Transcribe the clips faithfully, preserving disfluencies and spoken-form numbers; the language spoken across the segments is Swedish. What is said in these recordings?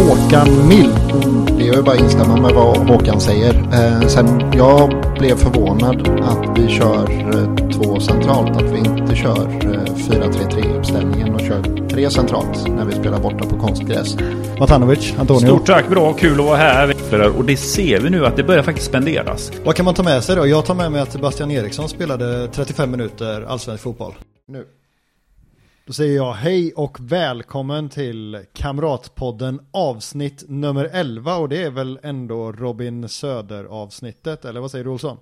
Håkan Mild. Det är ju bara att instämma med vad Håkan säger. Eh, sen jag blev förvånad att vi kör eh, två centralt. Att vi inte kör eh, fyra tre tre-uppställningen och kör tre centralt när vi spelar borta på konstgräs. Matanovic, Antonio. Stort tack, bra, kul att vara här. Och det ser vi nu att det börjar faktiskt spenderas. Vad kan man ta med sig då? Jag tar med mig att Sebastian Eriksson spelade trettiofem minuter allsvensk fotboll. Nu. Då säger jag hej och välkommen till Kamratpodden avsnitt nummer elva. Och det är väl ändå Robin Söder avsnittet, eller vad säger du, Olsson?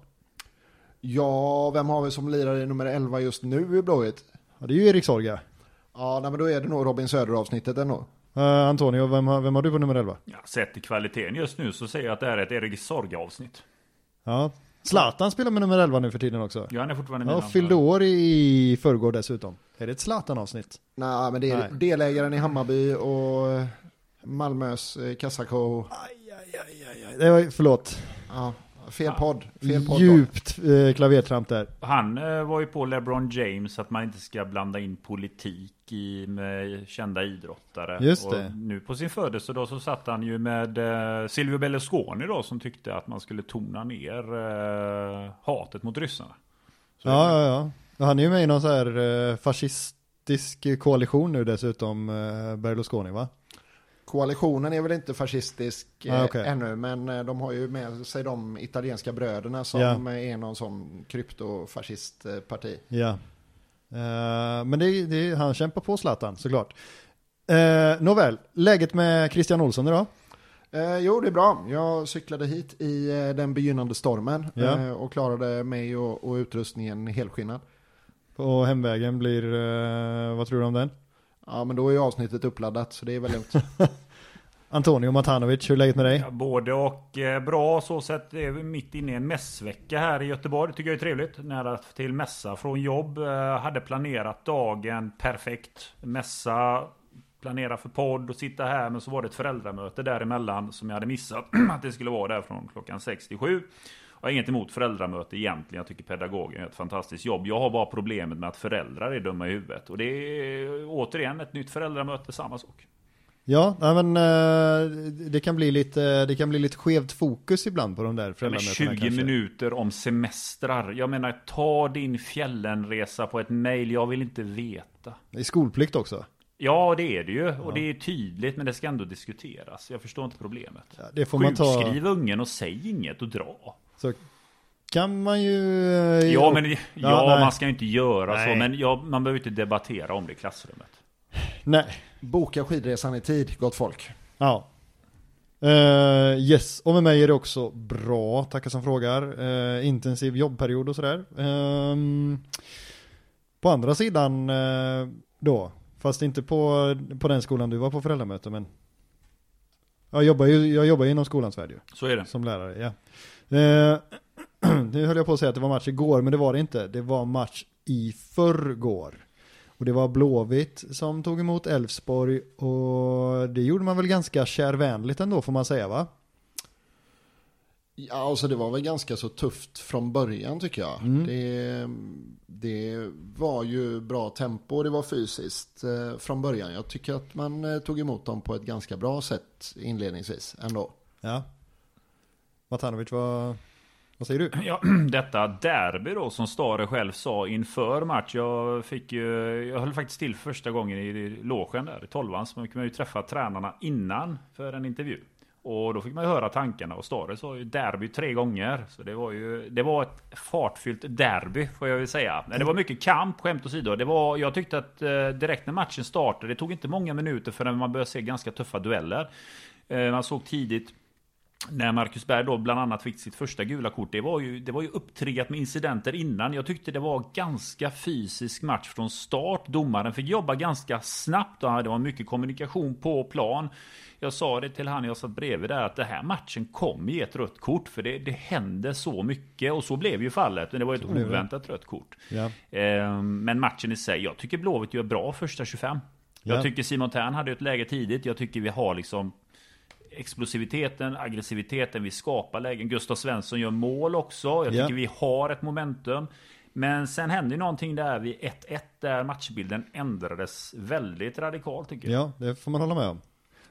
Ja, vem har vi som lirar i nummer elva just nu i Blåvitt? Ja, det är ju Erik Sorga. Ja, nej, men då är det nog Robin Söder avsnittet ändå. Uh, Antonio, vem har, vem har du på nummer elva? Ja, sett till kvaliteten just nu så säger jag att det är ett Erik Sorga avsnitt. Ja, Zlatan spelar med nummer elva nu för tiden också. Ja, han är fortfarande med. Ja, fyllde år i förrgår dessutom. Är det ett Zlatan-avsnitt? Nej, men det är Nej. delägaren i Hammarby och Malmös kassako. Aj, aj, aj, aj, aj. Det var, förlåt. Ja, fel podd. Fel podd Djupt eh, klavertramp där. Han eh, var ju på LeBron James att man inte ska blanda in politik i med kända idrottare. Just det. Och nu på sin födelsedag så satt han ju med eh, Silvio Berlusconi då, som tyckte att man skulle tona ner eh, hatet mot ryssarna. Så Ja, ja, ja. Han är ju med i någon så här eh, fascistisk koalition nu dessutom, eh, Berlusconi, va? Koalitionen är väl inte fascistisk eh, Ah, okay. ännu, men eh, de har ju med sig de italienska bröderna som Ja. är någon sån kryptofascistparti. Ja. Eh, men det, det, han kämpar på Zlatan, såklart. Eh, nåväl, läget med Christian Olsson idag? Eh, jo, det är bra. Jag cyklade hit i eh, den begynnande stormen Ja. eh, och klarade mig och, och utrustningen helskinnad. På hemvägen blir, eh, vad tror du om den? Ja, men då är ju avsnittet uppladdat, så det är väl lugnt. Antonio Matanovic, hur är läget med dig? Ja, både och eh, bra, så sett är vi mitt inne i en mässvecka här i Göteborg. Det tycker jag är trevligt. Nära till mässa från jobb. Eh, hade planerat dagen perfekt. Mässa, planera för podd och sitta här. Men så var det ett föräldramöte däremellan som jag hade missat. Att det skulle vara där från klockan sex till sju. Jag har inget emot föräldramöte egentligen. Jag tycker pedagogen gör ett fantastiskt jobb. Jag har bara problemet med att föräldrar är dumma i huvudet. Och det är återigen ett nytt föräldramöte, samma sak. Ja, nej, men eh, det kan bli lite det kan bli lite skevt fokus ibland på de där föräldramötena. tjugo kanske. minuter om semestrar. Jag menar, ta din fjällenresa på ett mejl. Jag vill inte veta. Det är skolplikt också. Ja, det är det ju. Och Ja. det är tydligt, men det ska ändå diskuteras. Jag förstår inte problemet. Ja, det får man ta. Sjukskriv ungen och säg inget och dra. Så kan man ju... eh, Ja, men ja, Ja, man ska ju inte göra Nej. så. Men ja, man behöver inte debattera om det i klassrummet. Nej. Boka skidresan i tid, gott folk. Ja. Uh, yes, och med mig är det också bra, tackar som frågar. Uh, intensiv jobbperiod och sådär. Um, på andra sidan uh, då, fast inte på, på den skolan du var på föräldramöte, men jag jobbar ju jag jobbar inom skolans värld ju, Så är det. som lärare, ja. Uh, nu höll jag på att säga att det var match igår, men det var det inte. Det var match i förrgår. Och det var Blåvitt som tog emot Elfsborg, och det gjorde man väl ganska kärvänligt ändå, får man säga, va? Ja, alltså det var väl ganska så tufft från början tycker jag. Mm. Det, det var ju bra tempo och det var fysiskt eh, från början. Jag tycker att man eh, tog emot dem på ett ganska bra sätt inledningsvis ändå. Ja. Matanovic, vad, vad säger du? Ja, detta derby då som Stare själv sa inför match. Jag fick ju, jag höll faktiskt till första gången i logen där i tolvan. Så man kunde ju träffa tränarna innan för en intervju. Och då fick man ju höra tankarna, och Stare sa ju derby tre gånger. Så det var ju, det var ett fartfyllt derby, får jag väl säga. Men det var mycket kamp, skämt åsido. Det var, jag tyckte att eh, direkt när matchen startade, det tog inte många minuter förrän man började se ganska tuffa dueller. Eh, man såg tidigt när Marcus Berg då bland annat fick sitt första gula kort. Det var ju, det var ju upptriggat med incidenter innan. Jag tyckte det var ganska fysisk match från start. Domaren fick jobba ganska snabbt och det var mycket kommunikation på plan. Jag sa det till han jag satt bredvid där, att det här matchen kommer ge ett rött kort, för det, det hände så mycket, och så blev ju fallet. Men det var ett oväntat rött kort. Ja. Men matchen i sig, jag tycker Blåvitt gör bra första tjugofem. Jag Ja. tycker Simon Tern hade ett läge tidigt. Jag tycker vi har liksom explosiviteten, aggressiviteten, vi skapar lägen. Gustav Svensson gör mål också. Jag tycker Ja. vi har ett momentum. Men sen hände ju någonting där vid ett ett där matchbilden ändrades väldigt radikalt, tycker jag. Ja, det får man hålla med om.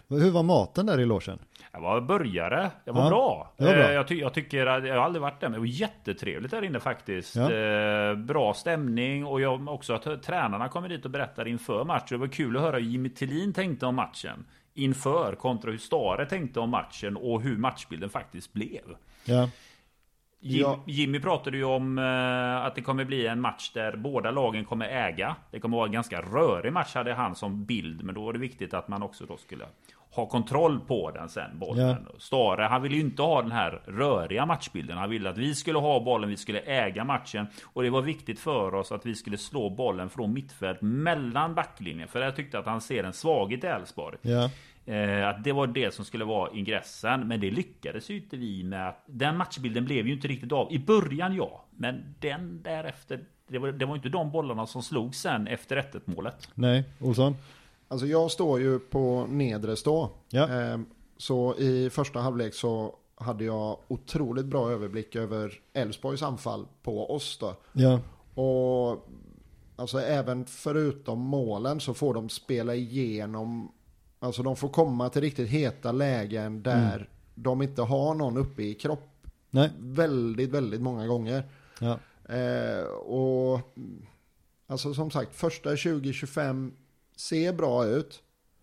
Hur var maten där i logen? Jag var börjare, jag var Ja, bra. det var bra. Eh, Jag, ty- jag tycker att jag har aldrig varit där, men det var jättetrevligt där inne faktiskt. Ja. Eh, bra stämning, och jag också att tränarna kommer dit och berättar inför matchen. Det var kul att höra hur Jimmy Tillin tänkte om matchen inför, kontra hur Stare tänkte om matchen och hur matchbilden faktiskt blev. Ja. Jim, Ja. Jimmy pratade ju om eh, att det kommer bli en match där båda lagen kommer äga. Det kommer vara en ganska rörig match, hade han som bild. Men då var det viktigt att man också då skulle ha kontroll på den sen, bollen. Ja. Stare, han ville ju inte ha den här röriga matchbilden. Han ville att vi skulle ha bollen, vi skulle äga matchen. Och det var viktigt för oss att vi skulle slå bollen från mittfält mellan backlinjen. För jag tyckte att han ser en svaghet i Elfsborg. Ja. Eh, att det var det som skulle vara ingressen. Men det lyckades ju inte vi med. Den matchbilden blev ju inte riktigt av. I början ja, men den därefter, det var, det var inte de bollarna som slog sen efter ett ett målet. Nej, Olsson? Alltså jag står ju på nedre stå. Ja. Ehm, så i första halvlek så hade jag otroligt bra överblick över Elfsborgs anfall på oss då. Ja. Och alltså även förutom målen så får de spela igenom, alltså de får komma till riktigt heta lägen där mm. de inte har någon uppe i kropp. Nej. Väldigt, väldigt många gånger. Ja. Eh, och alltså som sagt, första tjugo till tjugofem ser bra ut.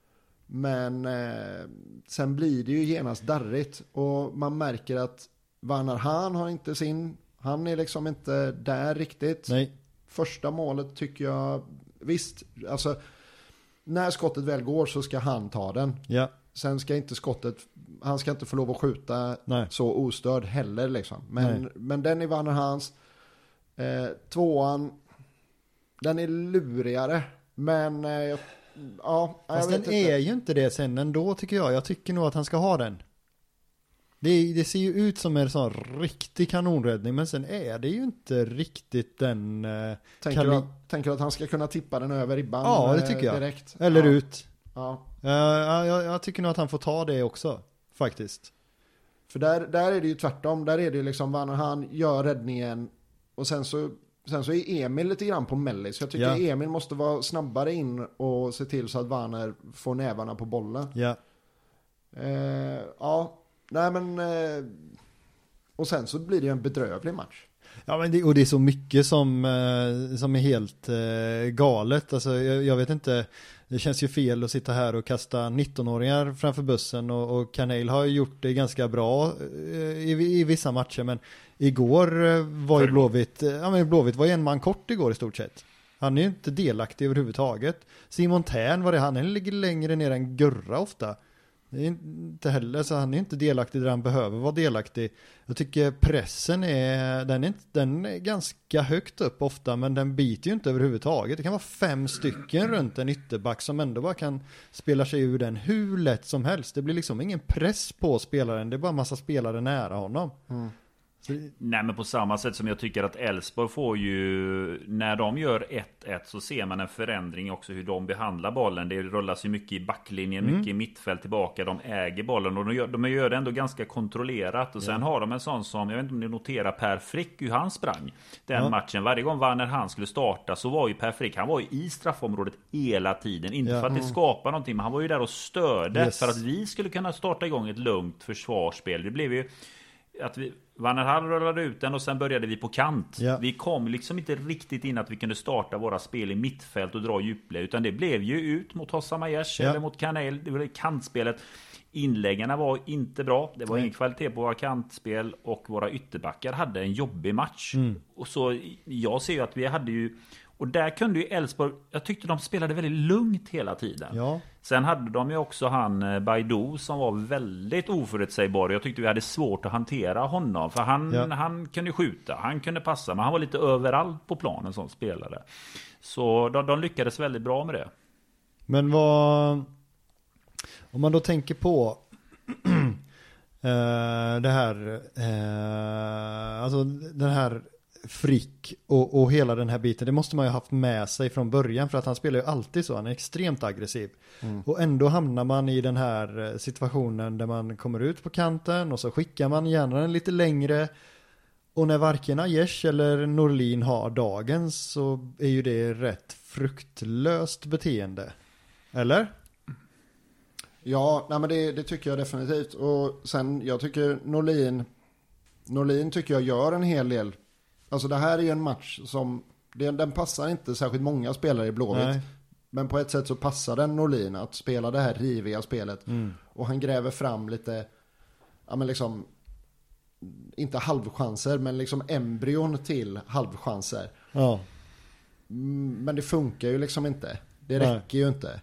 Men eh, sen blir det ju genast darrigt. Och man märker att Werner Hahn har inte sin, han är liksom inte där riktigt. Nej. Första målet tycker jag, visst, alltså när skottet väl går så ska han ta den. Ja. Sen ska inte skottet, han ska inte få lov att skjuta Nej. så ostörd heller liksom. Men, men den är Werner Hahns. Eh, tvåan, den är lurigare. Men eh, ja, jag Fast vet den inte. är ju inte det sen ändå, tycker jag. Jag tycker nog att han ska ha den. Det, det ser ju ut som en sån riktig kanonräddning, men sen är det ju inte riktigt den... Eh, Tänker, kan du vi- att, tänker du att han ska kunna tippa den över ribban? Ja, det eh, tycker jag. Direkt? Eller ja. ut. Ja. Uh, ja, jag, jag tycker nog att han får ta det också, faktiskt. För där, där är det ju tvärtom. Där är det ju liksom Werner Hahn gör räddningen och sen så, sen så är Emil lite grann på mellis. Jag tycker Ja. Emil måste vara snabbare in och se till så att Werner får nävarna på bollen. Ja. Eh, ja, nej men eh, och sen så blir det ju en bedrövlig match. Ja, men det, och det är så mycket som, eh, som är helt eh, galet. Alltså, jag, jag vet inte, det känns ju fel att sitta här och kasta nittonåringar framför bussen, och, och Kanel har ju gjort det ganska bra eh, i, i vissa matcher, men igår eh, var ju Blåvitt, eh, ja, men Blåvitt var ju en man kort igår i stort sett. Han är ju inte delaktig överhuvudtaget. Simon Tern, var det han? Han ligger längre ner än Gurra ofta. Det är inte heller, så han är inte delaktig där han behöver vara delaktig. Jag tycker pressen är, den är, inte, den är ganska högt upp ofta, men den biter ju inte överhuvudtaget. Det kan vara fem stycken runt en ytterback som ändå bara kan spela sig ur den hur lätt som helst. Det blir liksom ingen press på spelaren, det är bara en massa spelare nära honom. Mm. Så... Nej, men på samma sätt som jag tycker att Elfsborg får ju, när de gör ett ett så ser man en förändring också hur de behandlar bollen. Det rullas ju mycket i backlinjen, Mm. mycket i mittfält tillbaka, de äger bollen och de gör, de gör det ändå ganska kontrollerat. Och sen Ja. har de en sån som, jag vet inte om ni noterar Per Frick, hur han sprang den Ja. matchen. Varje gång Werner han skulle starta så var ju Per Frick, han var ju i straffområdet hela tiden. Inte Ja. för att det skapar någonting, men han var ju där och störde Yes. för att vi skulle kunna starta igång ett lugnt försvarsspel. Det blev ju att vi, Werner Hall rullade ut den och sen började vi på kant. Ja. Vi kom liksom inte riktigt in att vi kunde starta våra spel i mittfält och dra djupled, utan det blev ju ut mot Hossam Aiesh Ja. eller mot Kanel. Det var kantspelet. Inläggarna var inte bra. Det var Nej. ingen kvalitet på våra kantspel och våra ytterbackar hade en jobbig match. Mm. Och så jag ser ju att vi hade ju, och där kunde ju Elfsborg, jag tyckte de spelade väldigt lugnt hela tiden. Ja. Sen hade de ju också han eh, Baidoo som var väldigt oförutsägbar. Jag tyckte vi hade svårt att hantera honom. För han, Ja. han kunde skjuta, han kunde passa, men han var lite överallt på planen som spelare. Så de, de lyckades väldigt bra med det. Men vad, om man då tänker på eh, det här, eh, alltså den här Frick och, och hela den här biten, det måste man ju ha haft med sig från början, för att han spelar ju alltid så, han är extremt aggressiv. Mm. Och ändå hamnar man i den här situationen där man kommer ut på kanten och så skickar man gärna den lite längre, och när varken Aiesh eller Norlin har dagen så är ju det rätt fruktlöst beteende. Eller? Ja, nej men det, det tycker jag definitivt. Och sen, jag tycker Norlin, Norlin tycker jag gör en hel del. Alltså det här är ju en match som, det, den passar inte särskilt många spelare i Blåvitt. Nej. Men på ett sätt så passar den Norlin att spela det här riviga spelet. Mm. Och han gräver fram lite, ja men liksom, inte halvchanser, men liksom embryon till halvchanser. Ja. Men det funkar ju liksom inte. Det räcker Nej. ju inte.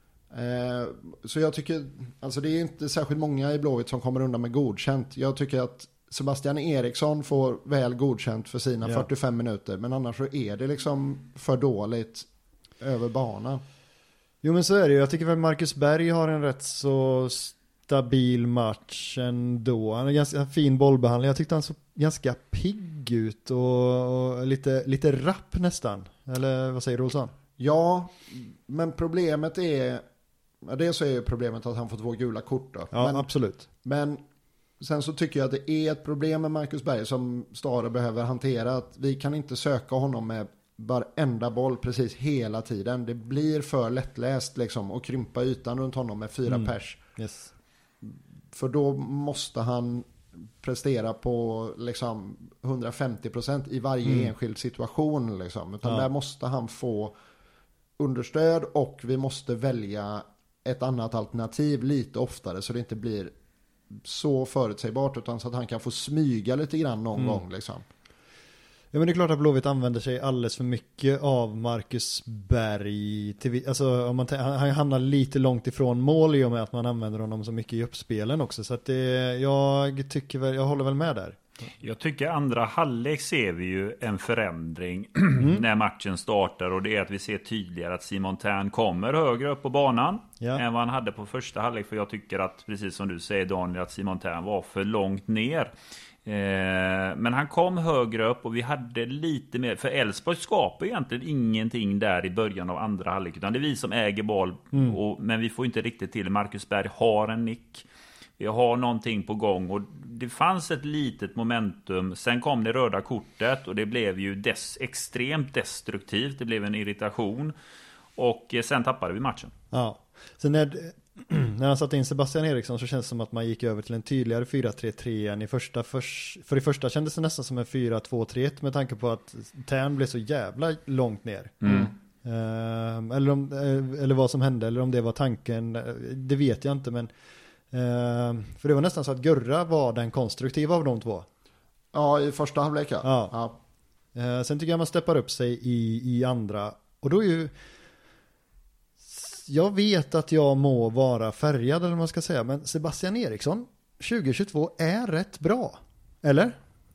Eh, så jag tycker, alltså det är inte särskilt många i Blåvitt som kommer undan med godkänt. Jag tycker att Sebastian Eriksson får väl godkänt för sina ja. fyrtiofem minuter. Men annars så är det liksom för dåligt över banan. Jo men så är det ju. Jag tycker väl Marcus Berg har en rätt så stabil match ändå. Han har ganska fin bollbehandling. Jag tyckte han såg ganska pigg ut och, och lite, lite rapp nästan. Eller vad säger du, Olsson? Ja, men problemet är, det så är ju problemet att han får två gula kort då. Ja, men, absolut. Men sen så tycker jag att det är ett problem med Marcus Berg som Stare behöver hantera. Att vi kan inte söka honom med varenda boll precis hela tiden. Det blir för lättläst liksom och krympa ytan runt honom med fyra mm. pers. Yes. För då måste han prestera på liksom hundrafemtio procent i varje mm. enskild situation liksom. Utan ja. där måste han få understöd och vi måste välja ett annat alternativ lite oftare så det inte blir så förutsägbart utan så att han kan få smyga lite grann någon mm. gång liksom. Ja men det är klart att Blåvitt använder sig alldeles för mycket av Marcus Berg till, alltså om man t- han hamnar lite långt ifrån mål i och med att man använder honom så mycket i uppspelen också så att det, jag tycker väl, jag håller väl med där. Jag tycker andra halvlek ser vi ju en förändring mm. när matchen startar och det är att vi ser tydligare att Simon Tern kommer högre upp på banan ja. än vad han hade på första halvlek för jag tycker att precis som du säger Daniel att Simon Tern var för långt ner. Eh, men han kom högre upp och vi hade lite mer, för Elfsborg skapar egentligen ingenting där i början av andra halvlek utan det är vi som äger boll mm. och, men vi får inte riktigt till. Marcus Berg har en nick, vi har någonting på gång och det fanns ett litet momentum, sen kom det röda kortet och det blev ju des, extremt destruktivt, det blev en irritation och sen tappade vi matchen. Ja, sen när när han satte in Sebastian Eriksson så känns det som att man gick över till en tydligare fyra tre tre än i första. För, för i första kändes det nästan som en fyra två tre ett med tanke på att Tern blev så jävla långt ner. Mm. Uh, eller, om, eller vad som hände, eller om det var tanken, det vet jag inte. Men, uh, för det var nästan så att Gurra var den konstruktiva av de två. Ja, i första halvlek. Ja. Ja. Uh, sen tycker jag man steppar upp sig i, i andra. Och då är ju jag vet att jag må vara färgad eller vad man ska säga, men Sebastian Eriksson tjugo tjugotvå är rätt bra, eller?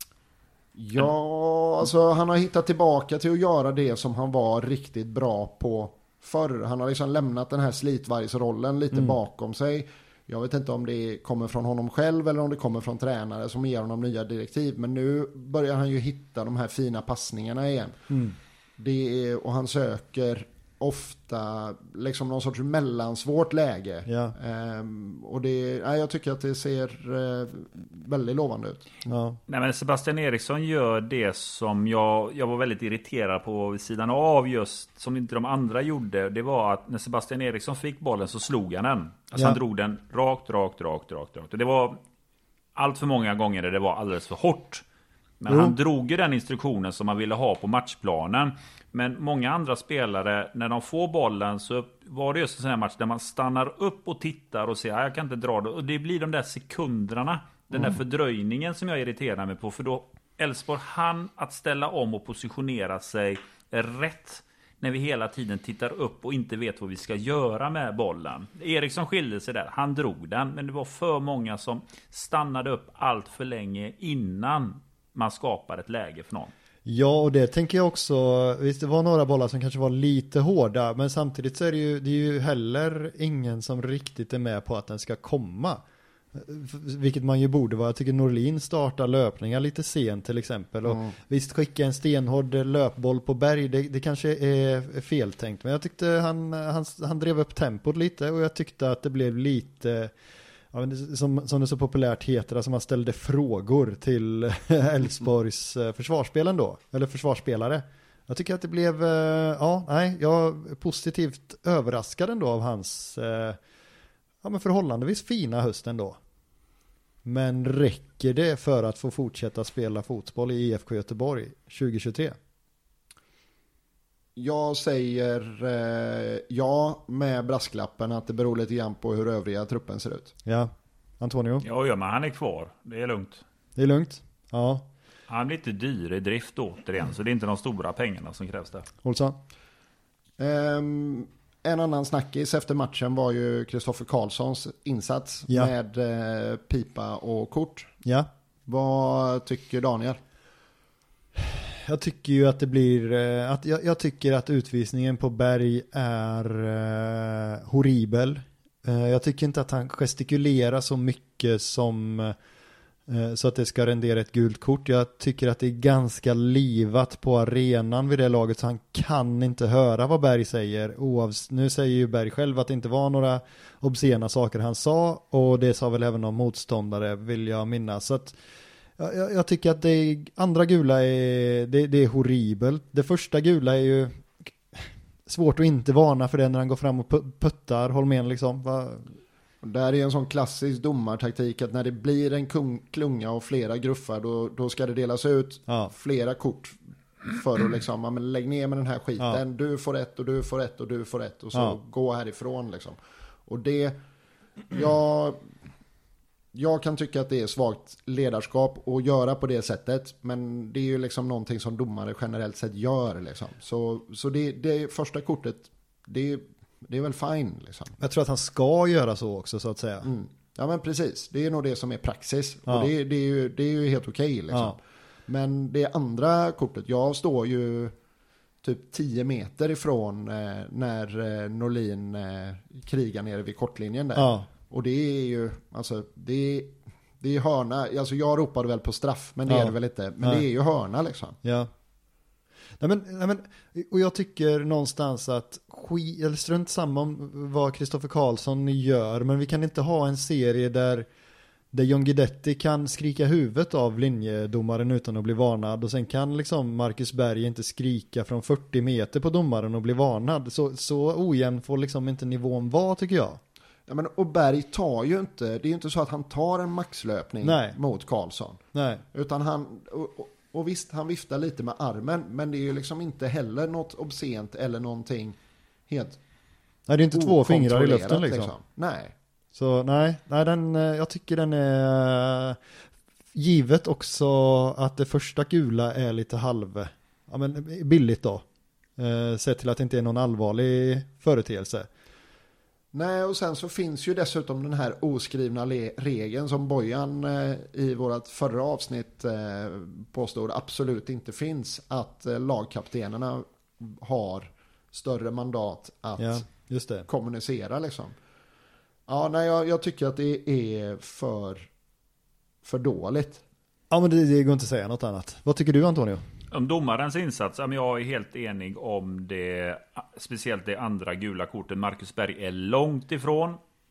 Ja, alltså han har hittat tillbaka till att göra det som han var riktigt bra på förr. Han har liksom lämnat den här slitvargsrollen lite mm. bakom sig. Jag vet inte om det kommer från honom själv eller om det kommer från tränare som ger honom nya direktiv. Men nu börjar han ju hitta de här fina passningarna igen. Mm. Det är, och han söker ofta liksom någon sorts mellansvårt läge. Ja. Um, och det, nej, jag tycker att det ser uh, väldigt lovande ut. Ja. Nej, men Sebastian Eriksson gör det som jag, jag var väldigt irriterad på vid sidan av just som inte de andra gjorde. Det var att när Sebastian Eriksson fick bollen så slog han den. Alltså ja. han drog den rakt, rakt, rakt, rakt, rakt. Och det var allt för många gånger där det var alldeles för hårt. Men mm. han drog ju den instruktionen som man ville ha på matchplanen. Men många andra spelare, när de får bollen så var det just en sån här match där man stannar upp och tittar och säger, jag kan inte dra det. Och det blir de där sekunderna, den mm. där fördröjningen som jag irriterar mig på. För då Elfsborg hann att ställa om och positionera sig rätt när vi hela tiden tittar upp och inte vet vad vi ska göra med bollen. Eriksson skilde sig där, han drog den. Men det var för många som stannade upp allt för länge innan man skapar ett läge för någon. Ja, och det tänker jag också. Visst, det var några bollar som kanske var lite hårda, men samtidigt så är det ju, det är ju heller ingen som riktigt är med på att den ska komma. Vilket man ju borde vara. Jag tycker Norlin startar löpningar lite sent till exempel. Och mm. visst, skicka en stenhård löpboll på Berg, det, det kanske är feltänkt. Men jag tyckte han, han, han drev upp tempot lite och jag tyckte att det blev lite... Som, som det så populärt heter, alltså man ställde frågor till Elfsborgs försvarsspelen då, eller försvarsspelare. Jag tycker att det blev, ja, nej, jag är positivt överraskad ändå av hans, ja, men förhållandevis fina hösten då. Men räcker det för att få fortsätta spela fotboll i I F K Göteborg tjugohundratjugotre? Jag säger eh, ja med brasklappen att det beror lite grann på hur övriga truppen ser ut. Ja, Antonio? Ja, ja, men han är kvar. Det är lugnt. Det är lugnt? Ja. Han blir inte dyr i drift återigen, så det är inte de stora pengarna som krävs där. Olsson? Um, en annan snackis efter matchen var ju Kristoffer Karlssons insats ja. med eh, pipa och kort. Ja. Vad tycker Daniel? Jag tycker ju att det blir eh, att jag, jag tycker att utvisningen på Berg är eh, horribel. Eh, jag tycker inte att han gestikulerar så mycket som eh, så att det ska rendera ett gult kort. Jag tycker att det är ganska livat på arenan vid det laget, så han kan inte höra vad Berg säger. Oavs- nu säger ju Berg själv att det inte var några obscena saker han sa, och det sa väl även någon motståndare, vill jag minnas. Så att Jag, jag tycker att det andra gula är, det, det är horribelt. Det första gula är ju svårt att inte varna för det när han går fram och puttar Holmén liksom. Va? Det här är en sån klassisk domartaktik att när det blir en kung, klunga och flera gruffar, då, då ska det delas ut ja. flera kort för att liksom, ja, men lägg ner med den här skiten. Ja. Du får ett och du får ett och du får ett och så ja. gå härifrån liksom. Och det, jag... Jag kan tycka att det är svagt ledarskap att göra på det sättet, men det är ju liksom någonting som domare generellt sett gör liksom. Så, så det, det första kortet, det, det är väl fine liksom. Jag tror att han ska göra så också, så att säga. Mm. Ja, men precis, det är nog det som är praxis. Ja. Och det, det, är ju, det är ju helt okej liksom. Ja. Men det andra kortet, jag står ju typ tio meter ifrån eh, när eh, Norlin eh, krigar nere vid kortlinjen där. Ja. Och det är ju, alltså, det är, det är hörna. Alltså jag ropade väl på straff, men det ja. är det väl inte. Men Nej. det är ju hörna liksom. Ja. Nej men, nej men, och jag tycker någonstans att skit, eller strunt samma om vad Kristoffer Karlsson gör, men vi kan inte ha en serie där där John Guidetti kan skrika huvudet av linjedomaren utan att bli varnad, och sen kan liksom Marcus Berg inte skrika från fyrtio meter på domaren och bli varnad. Så, så ojämn får liksom inte nivån vara, tycker jag. Ja, men, och Berg tar ju inte, det är ju inte så att han tar en maxlöpning Nej. mot Karlsson. Nej. Utan han, och, och, och visst, han viftar lite med armen, men det är ju liksom inte heller något obscent eller någonting helt Nej, det är inte två fingrar i luften liksom. liksom. Nej. Så nej, nej den, jag tycker den är givet också att det första gula är lite halv, ja men billigt då. Eh, sett till att det inte är någon allvarlig företeelse. Nej, och sen så finns ju dessutom den här oskrivna le- regeln som Bojan eh, i vårat förra avsnitt eh, påstod absolut inte finns, att eh, lagkaptenerna har större mandat att ja, just det. kommunicera liksom. Ja, nej, jag, jag tycker att det är för för dåligt. Ja, men det, det går inte att säga något annat. Vad tycker du, Antonio? Om domarens insats, jag är helt enig om det, speciellt det andra gula kortet. Marcus Berg är långt ifrån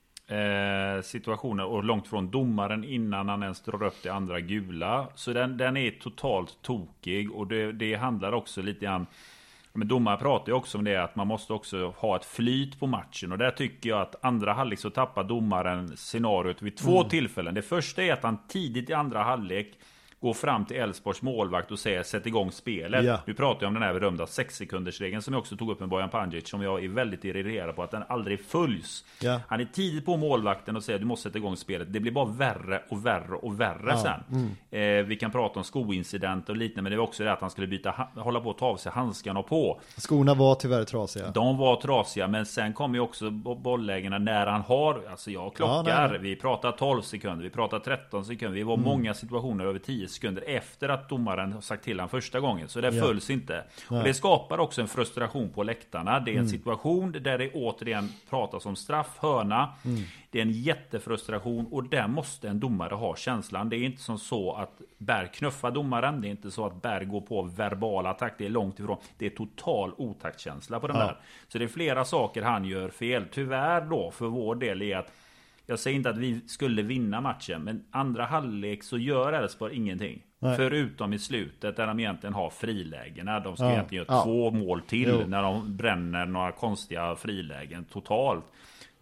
eh, situationen och långt från domaren innan han ens drar upp det andra gula. Så den, den är totalt tokig, och det, det handlar också lite grann, men domaren pratar ju också om det, att man måste också ha ett flyt på matchen, och där tycker jag att andra halvlek så tappar domaren scenariot vid två mm. tillfällen. Det första är att han tidigt i andra halvlek går fram till Elfsborgs målvakt och säger sätt igång spelet. Ja. Vi pratar ju om den här berömda sex sekunders regeln som jag också tog upp med Bojan Panjic, som jag är väldigt irriterad på att den aldrig följs. Ja. Han är tidigt på målvakten och säger du måste sätta igång spelet. Det blir bara värre och värre och värre ja. sen. Mm. Eh, vi kan prata om skoincident och liknande, men det var också det att han skulle byta, hålla på att ta av sig handskarna och på. Skorna var tyvärr trasiga. De var trasiga, men sen kom ju också bolllägena när han har, alltså jag klockar, ja, vi pratar tolv sekunder, vi pratar tretton sekunder, vi var mm. många situationer över tio sekunder efter att domaren har sagt till han första gången, så det ja. följs inte. Ja. Och det skapar också en frustration på läktarna. Det är en mm. situation där det återigen pratas om straff, hörna. Mm. Det är en jättefrustration, och där måste en domare ha känslan. Det är inte som så att Berg knuffar domaren, det är inte så att Berg går på verbal attack, det är långt ifrån. Det är total otaktkänsla på den ja. där. Så det är flera saker han gör fel. Tyvärr då för vår del är att, jag säger inte att vi skulle vinna matchen, men andra halvlek så gör Elfsborg ingenting. Nej. Förutom i slutet där de egentligen har frilägena. De ska ja. egentligen göra ja. två mål till jo. när de bränner några konstiga frilägen totalt.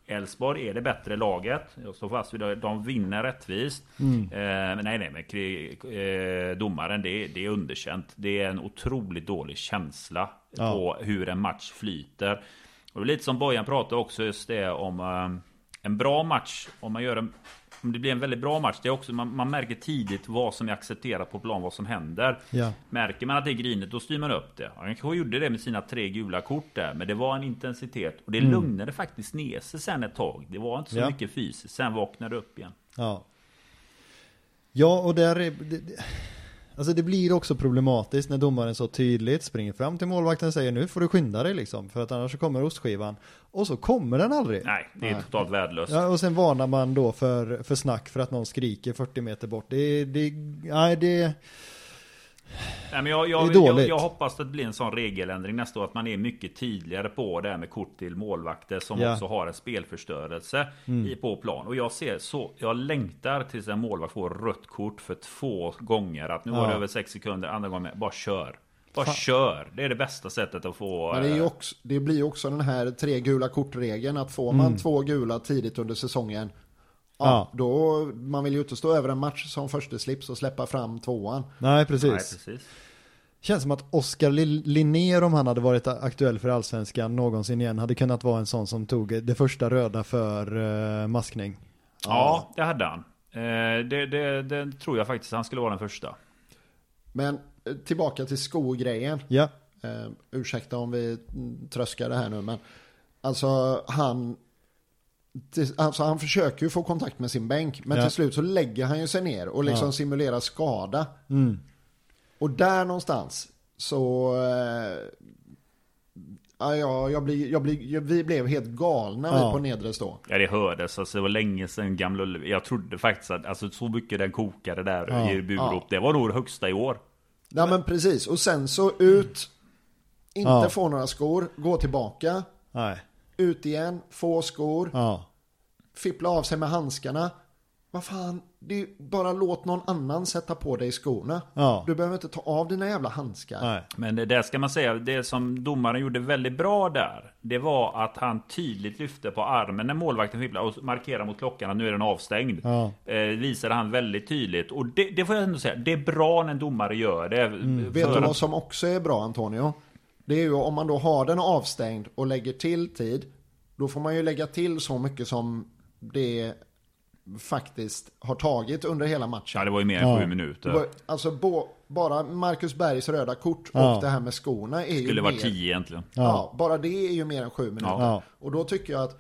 Elfsborg är det bättre laget. Jag står fast vid det. De vinner rättvist. Mm. Eh, men nej, nej, men eh, domaren, det, det är underkänt. Det är en otroligt dålig känsla ja. på hur en match flyter. Och det är lite som Bojan pratade också just det om eh, en bra match. Om man gör en Om det blir en väldigt bra match, det är också, man, man märker tidigt vad som är accepterat på plan, vad som händer. Ja. Märker man att det är grinet, då styr man upp det. Han kanske gjorde det med sina tre gula kort där, men det var en intensitet. Och det mm. lugnade faktiskt ner sig sen ett tag. Det var inte så ja. mycket fysiskt. Sen vaknade det upp igen. Ja, ja och där är... Det, det, alltså det blir också problematiskt när domaren så tydligt springer fram till målvakten och säger nu får du skynda dig liksom, för att annars så kommer ostskivan. Och så kommer den aldrig. Nej, det är Nej. totalt värdelöst. Ja, och sen varnar man då för, för snack för att någon skriker fyrtio meter bort. Det, det, nej, det, Nej, men jag, jag, det är dåligt. Jag, jag hoppas att det blir en sån regeländring nästa år, att man är mycket tydligare på det här med kort till målvakter som ja. också har en spelförstörelse mm. i, på plan. Och jag ser så, jag längtar tills en målvakt får rött kort för två gånger. Att nu ja. var det över sex sekunder, andra gången, bara kör. Bara Fan. kör. Det är det bästa sättet att få... Men det, är ju också, det blir ju också den här tre gula kortregeln, att får man mm. två gula tidigt under säsongen, ja, ja. då, man vill ju inte stå över en match som första slips och släppa fram tvåan. Nej, precis. Nej, precis. Känns som att Oskar Linnér, om han hade varit aktuell för Allsvenskan någonsin igen, hade kunnat vara en sån som tog det första röda för uh, maskning. Ja, ja, det hade han. Eh, det, det, det tror jag faktiskt han skulle vara den första. Men tillbaka till skogrejen. Ja. Uh, ursäkta om vi tröskar det här nu, men alltså han alltså han försöker ju få kontakt med sin bänk, men ja. till slut så lägger han ju sig ner och liksom ja. simulerar skada. Mm. Och där någonstans så eh, ja, jag blir, jag blir, vi blev helt galna ja. vi på nedre stå. Ja, det hördes. Alltså, det var länge sedan gamla. Jag trodde faktiskt att alltså, så mycket den kokade där ja. i Burup. Ja. Det var nog det högsta i år. Ja, men precis. Och sen så ut, inte ja. få några skor, gå tillbaka. Nej. Ut igen, få skor. Ja. Fippla av sig med handskarna. Vad fan, det är bara låt någon annan sätta på dig skorna. Ja. Du behöver inte ta av dina jävla handskar. Nej. Men det där ska man säga, det som domaren gjorde väldigt bra där, det var att han tydligt lyfte på armen när målvakten fipplade och markerade mot klockan att nu är den avstängd. Ja. Eh, visade han väldigt tydligt. Och det, det får jag ändå säga, det är bra när en domare gör det. Mm. Vet du vad som också är bra, Antonio? Det är ju om man då har den avstängd och lägger till tid, då får man ju lägga till så mycket som det faktiskt har tagit under hela matchen. Ja, det var ju mer än ja. sju minuter. Var, alltså bo, bara Marcus Bergs röda kort ja. och det här med skorna är ju skulle vara mer, tio egentligen. Ja. ja, bara det är ju mer än sju minuter. Ja. Och då tycker jag att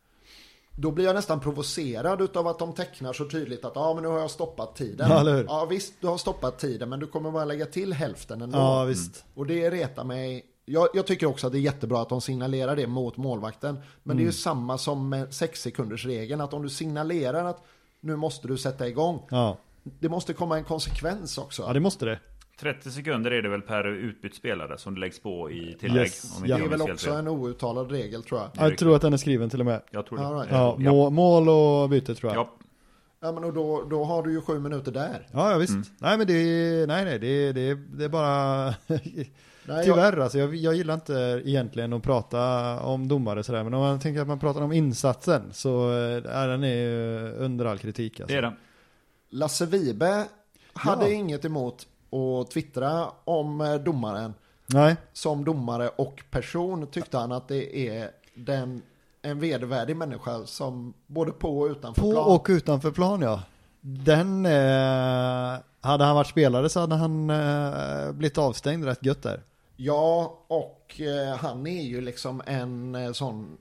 då blir jag nästan provocerad utav att de tecknar så tydligt att ja, men nu har jag stoppat tiden. Ja, ja visst, du har stoppat tiden, men du kommer bara lägga till hälften ändå. Ja, visst. Och det retar mig. Jag, jag tycker också att det är jättebra att de signalerar det mot målvakten. Men mm. det är ju samma som med sex sekunders regeln, att om du signalerar att nu måste du sätta igång. Ja. Det måste komma en konsekvens också. Ja, det måste det. trettio sekunder är det väl per utbytt spelare som det läggs på i tillägg. Yes. Om det är väl också en outtalad regel, tror jag. Ja, jag tror att den är skriven till och med. Jag tror det. Ja, right. ja, må, mål och byte, tror jag. Ja. Ja, men då, då har du ju sju minuter där. Ja, ja visst. Mm. Nej, men det är, nej, nej, det, det, det är bara... Nej, tyvärr, jag... alltså, jag, jag gillar inte egentligen att prata om domare sådär, men om man tänker att man pratar om insatsen så är den är under all kritik. Alltså. Det är den. Lasse Vibe hade ja. inget emot att twittra om domaren. Nej. Som domare och person tyckte han att det är den, en vedervärdig människa som både på och utanför på plan. På och utanför plan, ja. Den, eh, hade han varit spelare så hade han eh, blivit avstängd rätt gött där. Ja, och eh, han är ju liksom en eh, sån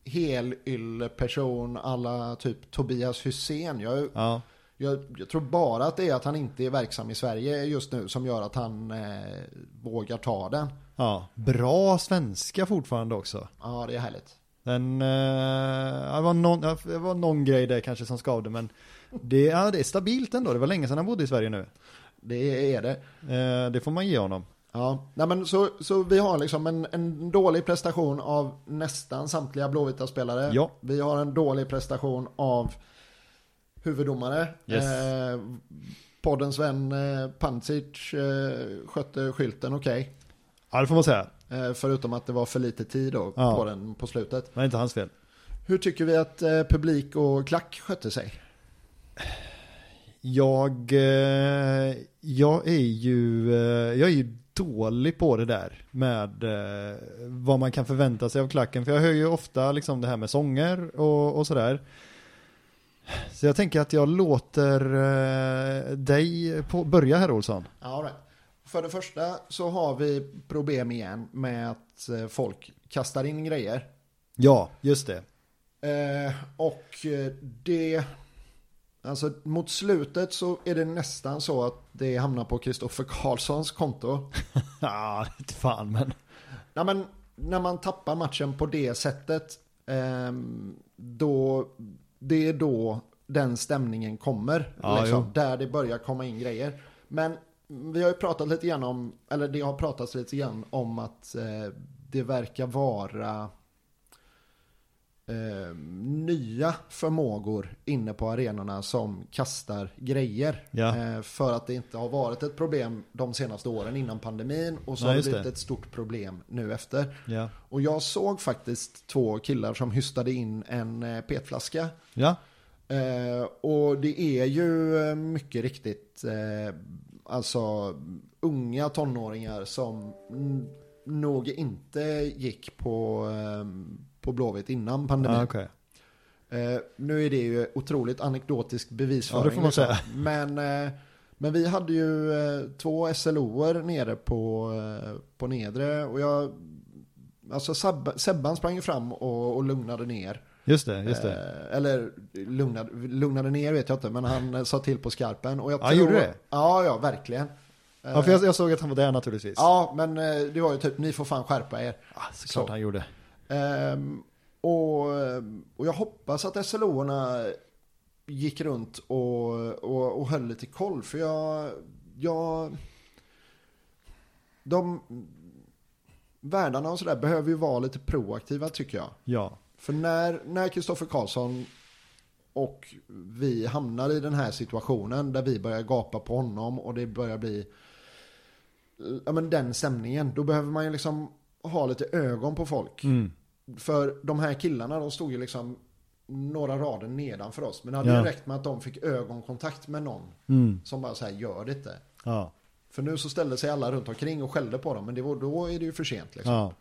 helyll person alla typ Tobias Hysén. Jag, ja. jag, jag tror bara att det är att han inte är verksam i Sverige just nu som gör att han eh, vågar ta den. Ja, bra svenska fortfarande också. Ja, det är härligt. Den, eh, det, var någon, det var någon grej där kanske som skavde, men det, ja, det är stabilt ändå. Det var länge sedan han bodde i Sverige nu. Det är det. Eh, det får man ge honom. Ja, nej men så, så vi har liksom en, en dålig prestation av nästan samtliga blåvita spelare. Ja. Vi har en dålig prestation av huvuddomare. Yes. Eh, poddens vän eh, Pancic eh, skötte skylten okej. Okay. Ja, det får man säga. Eh, förutom att det var för lite tid då ja. på den på slutet. Det var inte hans fel. Hur tycker vi att eh, publik och klack skötte sig? Jag, eh, jag är ju eh, jag är ju dålig på det där med eh, vad man kan förvänta sig av klacken. För jag hör ju ofta liksom det här med sånger och, och sådär. Så jag tänker att jag låter eh, dig på, börja här, Olsson. Ja, right. För det första så har vi problem igen med att eh, folk kastar in grejer. Ja, just det. Eh, och eh, det... Alltså mot slutet så är det nästan så att det hamnar på Kristoffer Karlssons konto. Ja, inte fan men. Ja, men när man tappar matchen på det sättet, eh, då, det är då den stämningen kommer. Ja, liksom, där det börjar komma in grejer. Men vi har ju pratat lite grann om, eller det har pratats lite grann om att eh, det verkar vara eh, nya förmågor inne på arenorna som kastar grejer. Ja. Eh, för att det inte har varit ett problem de senaste åren innan pandemin, och så Nej, har det just blivit det. ett stort problem nu efter. Ja. Och jag såg faktiskt två killar som hystade in en eh, petflaska. Ja. Eh, och det är ju eh, mycket riktigt eh, alltså unga tonåringar som n- nog inte gick på, eh, på Blåvitt innan pandemin. Ah, okay. eh, nu är det ju otroligt anekdotisk bevisföring. Ja, det får man säga. Liksom. Men, eh, men vi hade ju eh, två S L O-er nere på, eh, på nedre, och jag, alltså Seb- Sebban sprang ju fram och, och lugnade ner. Just det, just det. Eh, eller lugnade, lugnade ner vet jag inte, men han eh, sa till på skarpen. Och jag Ja, tror, gjorde det? Ja, ja, verkligen. Eh, Ja, för jag, jag såg att han var där naturligtvis. ja, men eh, det var ju typ, ni får fan skärpa er. Ah, såklart Så. han gjorde. Ehm, och, och jag hoppas att S L O-erna gick runt och, och, och höll lite koll. För jag, jag de värdarna och sådär behöver ju vara lite proaktiva, tycker jag. Ja. För när, när Kristoffer Karlsson och vi hamnar i den här situationen där vi börjar gapa på honom och det börjar bli ja, men den stämningen, då behöver man ju liksom ha lite ögon på folk. Mm. För de här killarna, de stod ju liksom några rader nedanför oss, men det hade Ja. ju räckt med att de fick ögonkontakt med någon Mm. som bara så här, gör det inte. Ja. För nu så ställde sig alla runt omkring och skällde på dem, men det var, då är det ju för sent liksom. Ja.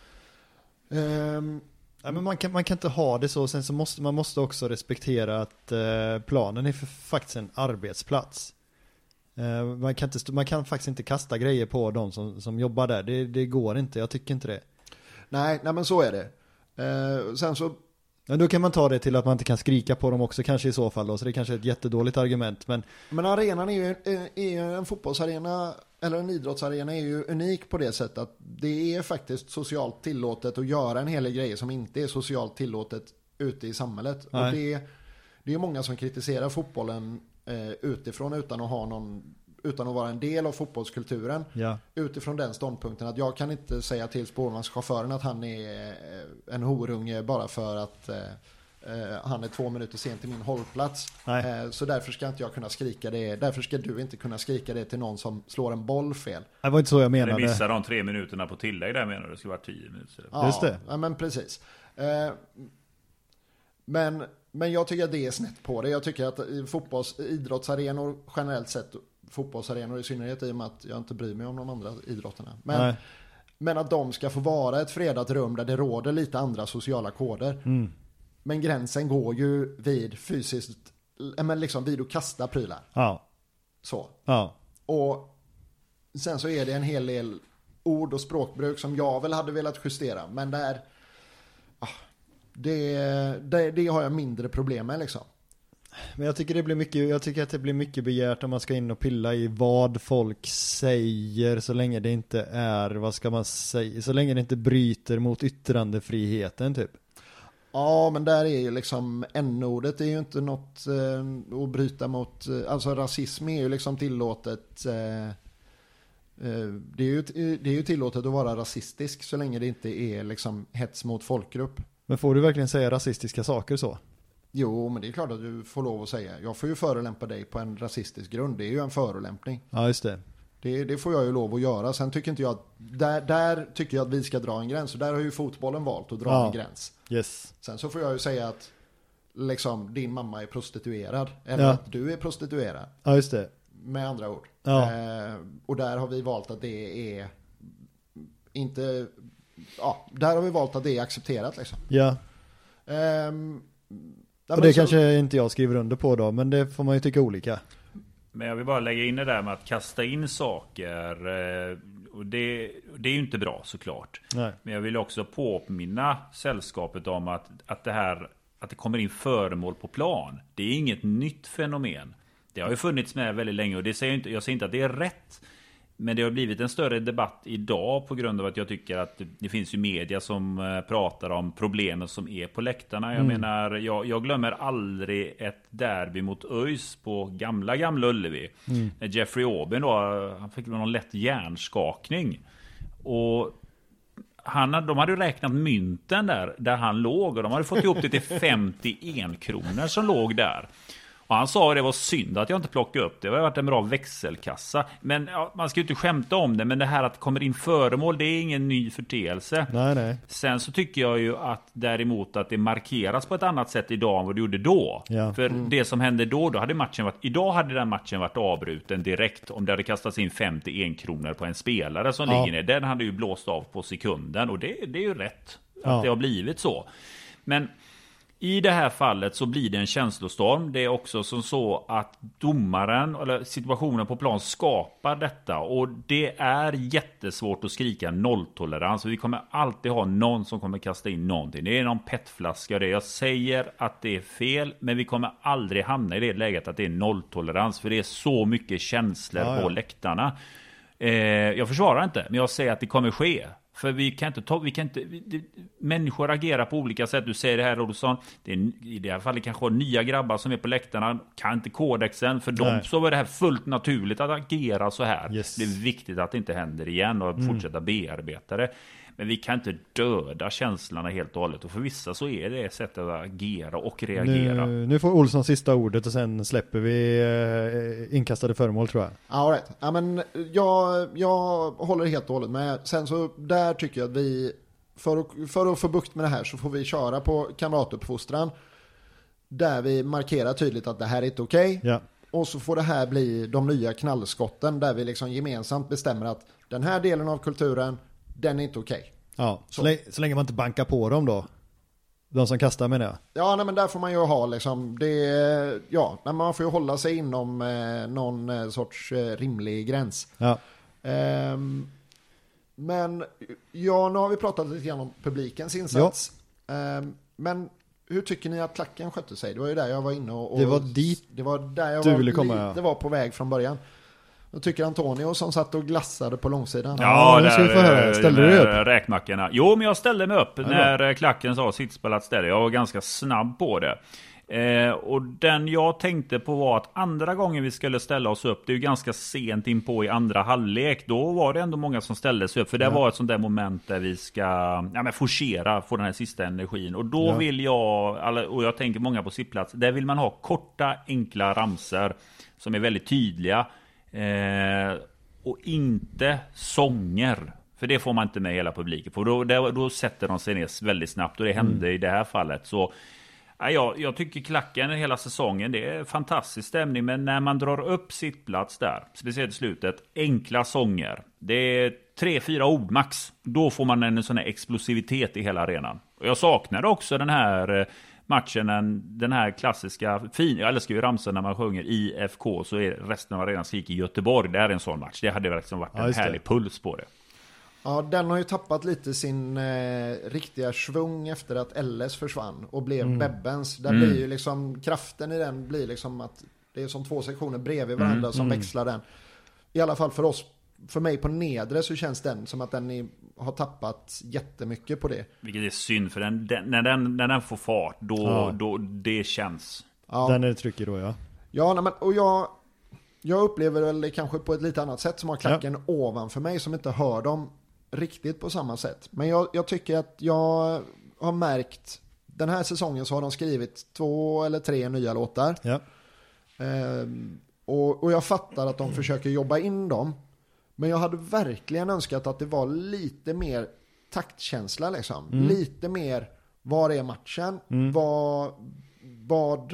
Ehm, Ja, men man kan, man kan inte ha det så. Sen så måste man måste också respektera att eh, planen är för, faktiskt en arbetsplats. Eh, man, kan inte, man kan faktiskt inte kasta grejer på de som, som jobbar där. Det, det går inte, jag tycker inte det. nej, nej, men så är det. Ehm, sen så Men då kan man ta det till att man inte kan skrika på dem också kanske i så fall då. Så det är kanske ett jättedåligt argument. Men Men arenan är ju, är ju en fotbollsarena, eller en idrottsarena är ju unik på det sättet att det är faktiskt socialt tillåtet att göra en hel del grejer som inte är socialt tillåtet ute i samhället. Nej. Och det, det är många som kritiserar fotbollen eh, utifrån utan att ha någon, utan att vara en del av fotbollskulturen. ja, Utifrån den ståndpunkten att jag kan inte säga till spårvagnschauffören att han är eh, en horunge bara för att eh, eh, han är två minuter sent till min hållplats. Nej. Eh, så därför ska inte jag kunna skrika det. Därför ska du inte kunna skrika det till någon som slår en boll fel. det var inte så jag Eller menade. missar de tre minuterna på tillägg där, menar du? Det skulle vara tio minuter. Ja, Just det. Ja, men precis. Eh, men, men jag tycker att det är snett på det. Jag tycker att i fotbolls, idrottsarenor generellt sett, fotbollsarenor i synnerhet i och med att jag inte bryr mig om de andra idrotterna. Men, Nej. men att de ska få vara ett fredat rum där det råder lite andra sociala koder. Mm. Men gränsen går ju vid fysiskt, men liksom vid att kasta prylar. Ja, Så. ja, Och sen så är det en hel del ord och språkbruk som jag väl hade velat justera. Men där, ah, det, det, det har jag mindre problem med liksom. men jag tycker det blir mycket, jag tycker att det blir mycket begärt om man ska in och pilla i vad folk säger så länge det inte är, vad ska man säga, så länge det inte bryter mot yttrandefriheten typ. Ja, men där är ju liksom n-ordet är ju inte något eh, att bryta mot. Eh, alltså rasism är ju liksom tillåtet. Eh, eh, det, är ju, det är ju tillåtet att vara rasistisk så länge det inte är liksom hets mot folkgrupp. Men får du verkligen säga rasistiska saker så? Jo, men det är klart att du får lov att säga. Jag får ju förolämpa dig på en rasistisk grund. Det är ju en förolämpning. Ja, just det. Det, det får jag ju lov att göra. Sen tycker inte jag att, där, där tycker jag att vi ska dra en gräns. Och där har ju fotbollen valt att dra Ja. en gräns. Yes. Sen så får jag ju säga att liksom, din mamma är prostituerad. Eller Ja. att du är prostituerad. Ja, just det. Med andra ord. Ja. Eh, och där har vi valt att det är inte... Ja, där har vi valt att det är accepterat liksom. Ja. Ehm, ja, Och men det så- kanske inte jag skriver under på då, men det får man ju tycka olika. Men jag vill bara lägga in det där med att kasta in saker. eh, Och det, det är ju inte bra såklart. Nej. Men jag vill också påminna sällskapet om att, att, det här, att det kommer in föremål på plan. Det är inget nytt fenomen. Det har ju funnits med väldigt länge och det säger jag, inte, jag säger inte att det är rätt. Men det har blivit en större debatt idag på grund av att jag tycker att det, det finns ju media som eh, pratar om problemen som är på läktarna. Jag Mm. menar, jag, jag glömmer aldrig ett derby mot ÖIS på gamla, gamla Ullevi. Mm. När Jeffrey Aubin då, han fick någon lätt hjärnskakning. Och han, de hade ju räknat mynten där, där han låg och de hade fått ihop det till femtio enkronor som låg där. Och han sa att det var synd att jag inte plockade upp det. Det har varit en bra växelkassa. Men ja, man ska ju inte skämta om det. Men det här att det kommer in föremål, det är ingen ny förteelse. Nej, nej. Sen så tycker jag ju att däremot att det markeras på ett annat sätt idag än vad det gjorde då. Ja. För det som hände då, då hade matchen varit, idag hade den matchen varit avbruten direkt om det hade kastats in femtio enkronor på en spelare som Ja. ligger ner. Den hade ju blåst av på sekunden och det, det är ju rätt att Ja. det har blivit så. Men i det här fallet så blir det en känslostorm. Det är också som så att domaren eller situationen på plan skapar detta. Och det är jättesvårt att skrika nolltolerans. Vi kommer alltid ha någon som kommer kasta in någonting. Det är någon petflaska. Det. Jag säger att det är fel, men vi kommer aldrig hamna i det läget att det är nolltolerans. För det är så mycket känslor Ja, ja. på läktarna. Eh, jag försvarar inte, men jag säger att det kommer ske. För vi kan inte ta, vi kan inte, vi, det, människor agerar på olika sätt. Du säger det här, Olsson. Det är, i det här fallet kanske nya grabbar som är på läktarna. Kan inte kodexen. För dem Nej. så var det här fullt naturligt att agera så här. Yes. Det är viktigt att det inte händer igen och att fortsätta bearbeta det. Men vi kan inte döda känslorna helt och hållet. Och för vissa så är det sättet att agera och reagera. Nu, nu får Olsson sista ordet och sen släpper vi eh, inkastade föremål, tror jag. All right. Ja, men jag, jag håller helt och hållet med. Sen så där tycker jag att vi för att, för att få bukt med det här så får vi köra på kamratuppfostran där vi markerar tydligt att det här är inte okej. Ja. Och så får det här bli de nya knallskotten där vi liksom gemensamt bestämmer att den här delen av kulturen, den är inte okej. Ja, så, Så. länge, så länge man inte bankar på dem då. De som kastar, menar jag. Ja, nej, men där får man ju ha liksom det, ja, men man får ju hålla sig inom eh, någon eh, sorts eh, rimlig gräns. Ja. Ehm, men ja, nu har vi pratat lite grann om publikens insats. Ehm, men hur tycker ni att klacken skötte sig? Det var ju där jag var inne och... och Det var dit det var där jag du var ville komma, ja. lite var på väg från början. Då tycker Antonio som satt och glassade på långsidan. Ja, nu ska vi få höra. Ställde du dig upp? Räkmackorna. Jo, men jag ställde mig upp Ja, när eh, klacken sa sittspellat ställe. Jag var ganska snabb på det. Eh, och den jag tänkte på var att andra gången vi skulle ställa oss upp, det är ju ganska sent in på i andra halvlek, då var det ändå många som ställde sig upp, för det Ja. var ett sånt där moment där vi ska ja, men forcera, få den här sista energin. Och då Ja. vill jag, alla- och jag tänker många på sittplats, där vill man ha korta, enkla ramser som är väldigt tydliga. Eh, och inte sånger. För det får man inte med hela publiken. För då, då, då sätter de sig ner väldigt snabbt. Och det hände Mm. i det här fallet. Så ja, jag, jag tycker klacken hela säsongen, det är fantastisk stämning. Men när man drar upp sitt plats där, speciellt i slutet, enkla sånger. Det är tre, fyra ord max. Då får man en sån här explosivitet i hela arenan. Och jag saknar också den här... Eh, matchen, den, den här klassiska fin, jag älskar ju ramsen när man sjunger I F K, så är resten av arenan skrik i Göteborg. Det här är en sån match. Det hade verkligen varit Ja, en just det. härlig puls på det. Ja, den har ju tappat lite sin eh, riktiga svung efter att L S försvann och blev Mm. Bebbens. Där Mm. blir ju liksom, kraften i den blir liksom att det är som två sektioner bredvid varandra Mm. som Mm. växlar den. I alla fall för oss, för mig på nedre så känns den som att den är, har tappat jättemycket på det. Vilket är synd, för den, den, när, den, när den får fart, då, Ja. då det känns. Ja, Den är tryckig då, ja. ja nej, men, och jag, jag upplever väl det kanske på ett lite annat sätt som har klacken ovanför mig som inte hör dem riktigt på samma sätt. Men jag, jag tycker att jag har märkt, den här säsongen så har de skrivit två eller tre nya låtar. Ja. Ehm, och, och jag fattar att de försöker jobba in dem. Men jag hade verkligen önskat att det var lite mer taktkänsla liksom. Mm. Lite mer, var är matchen? Mm. Vad, vad,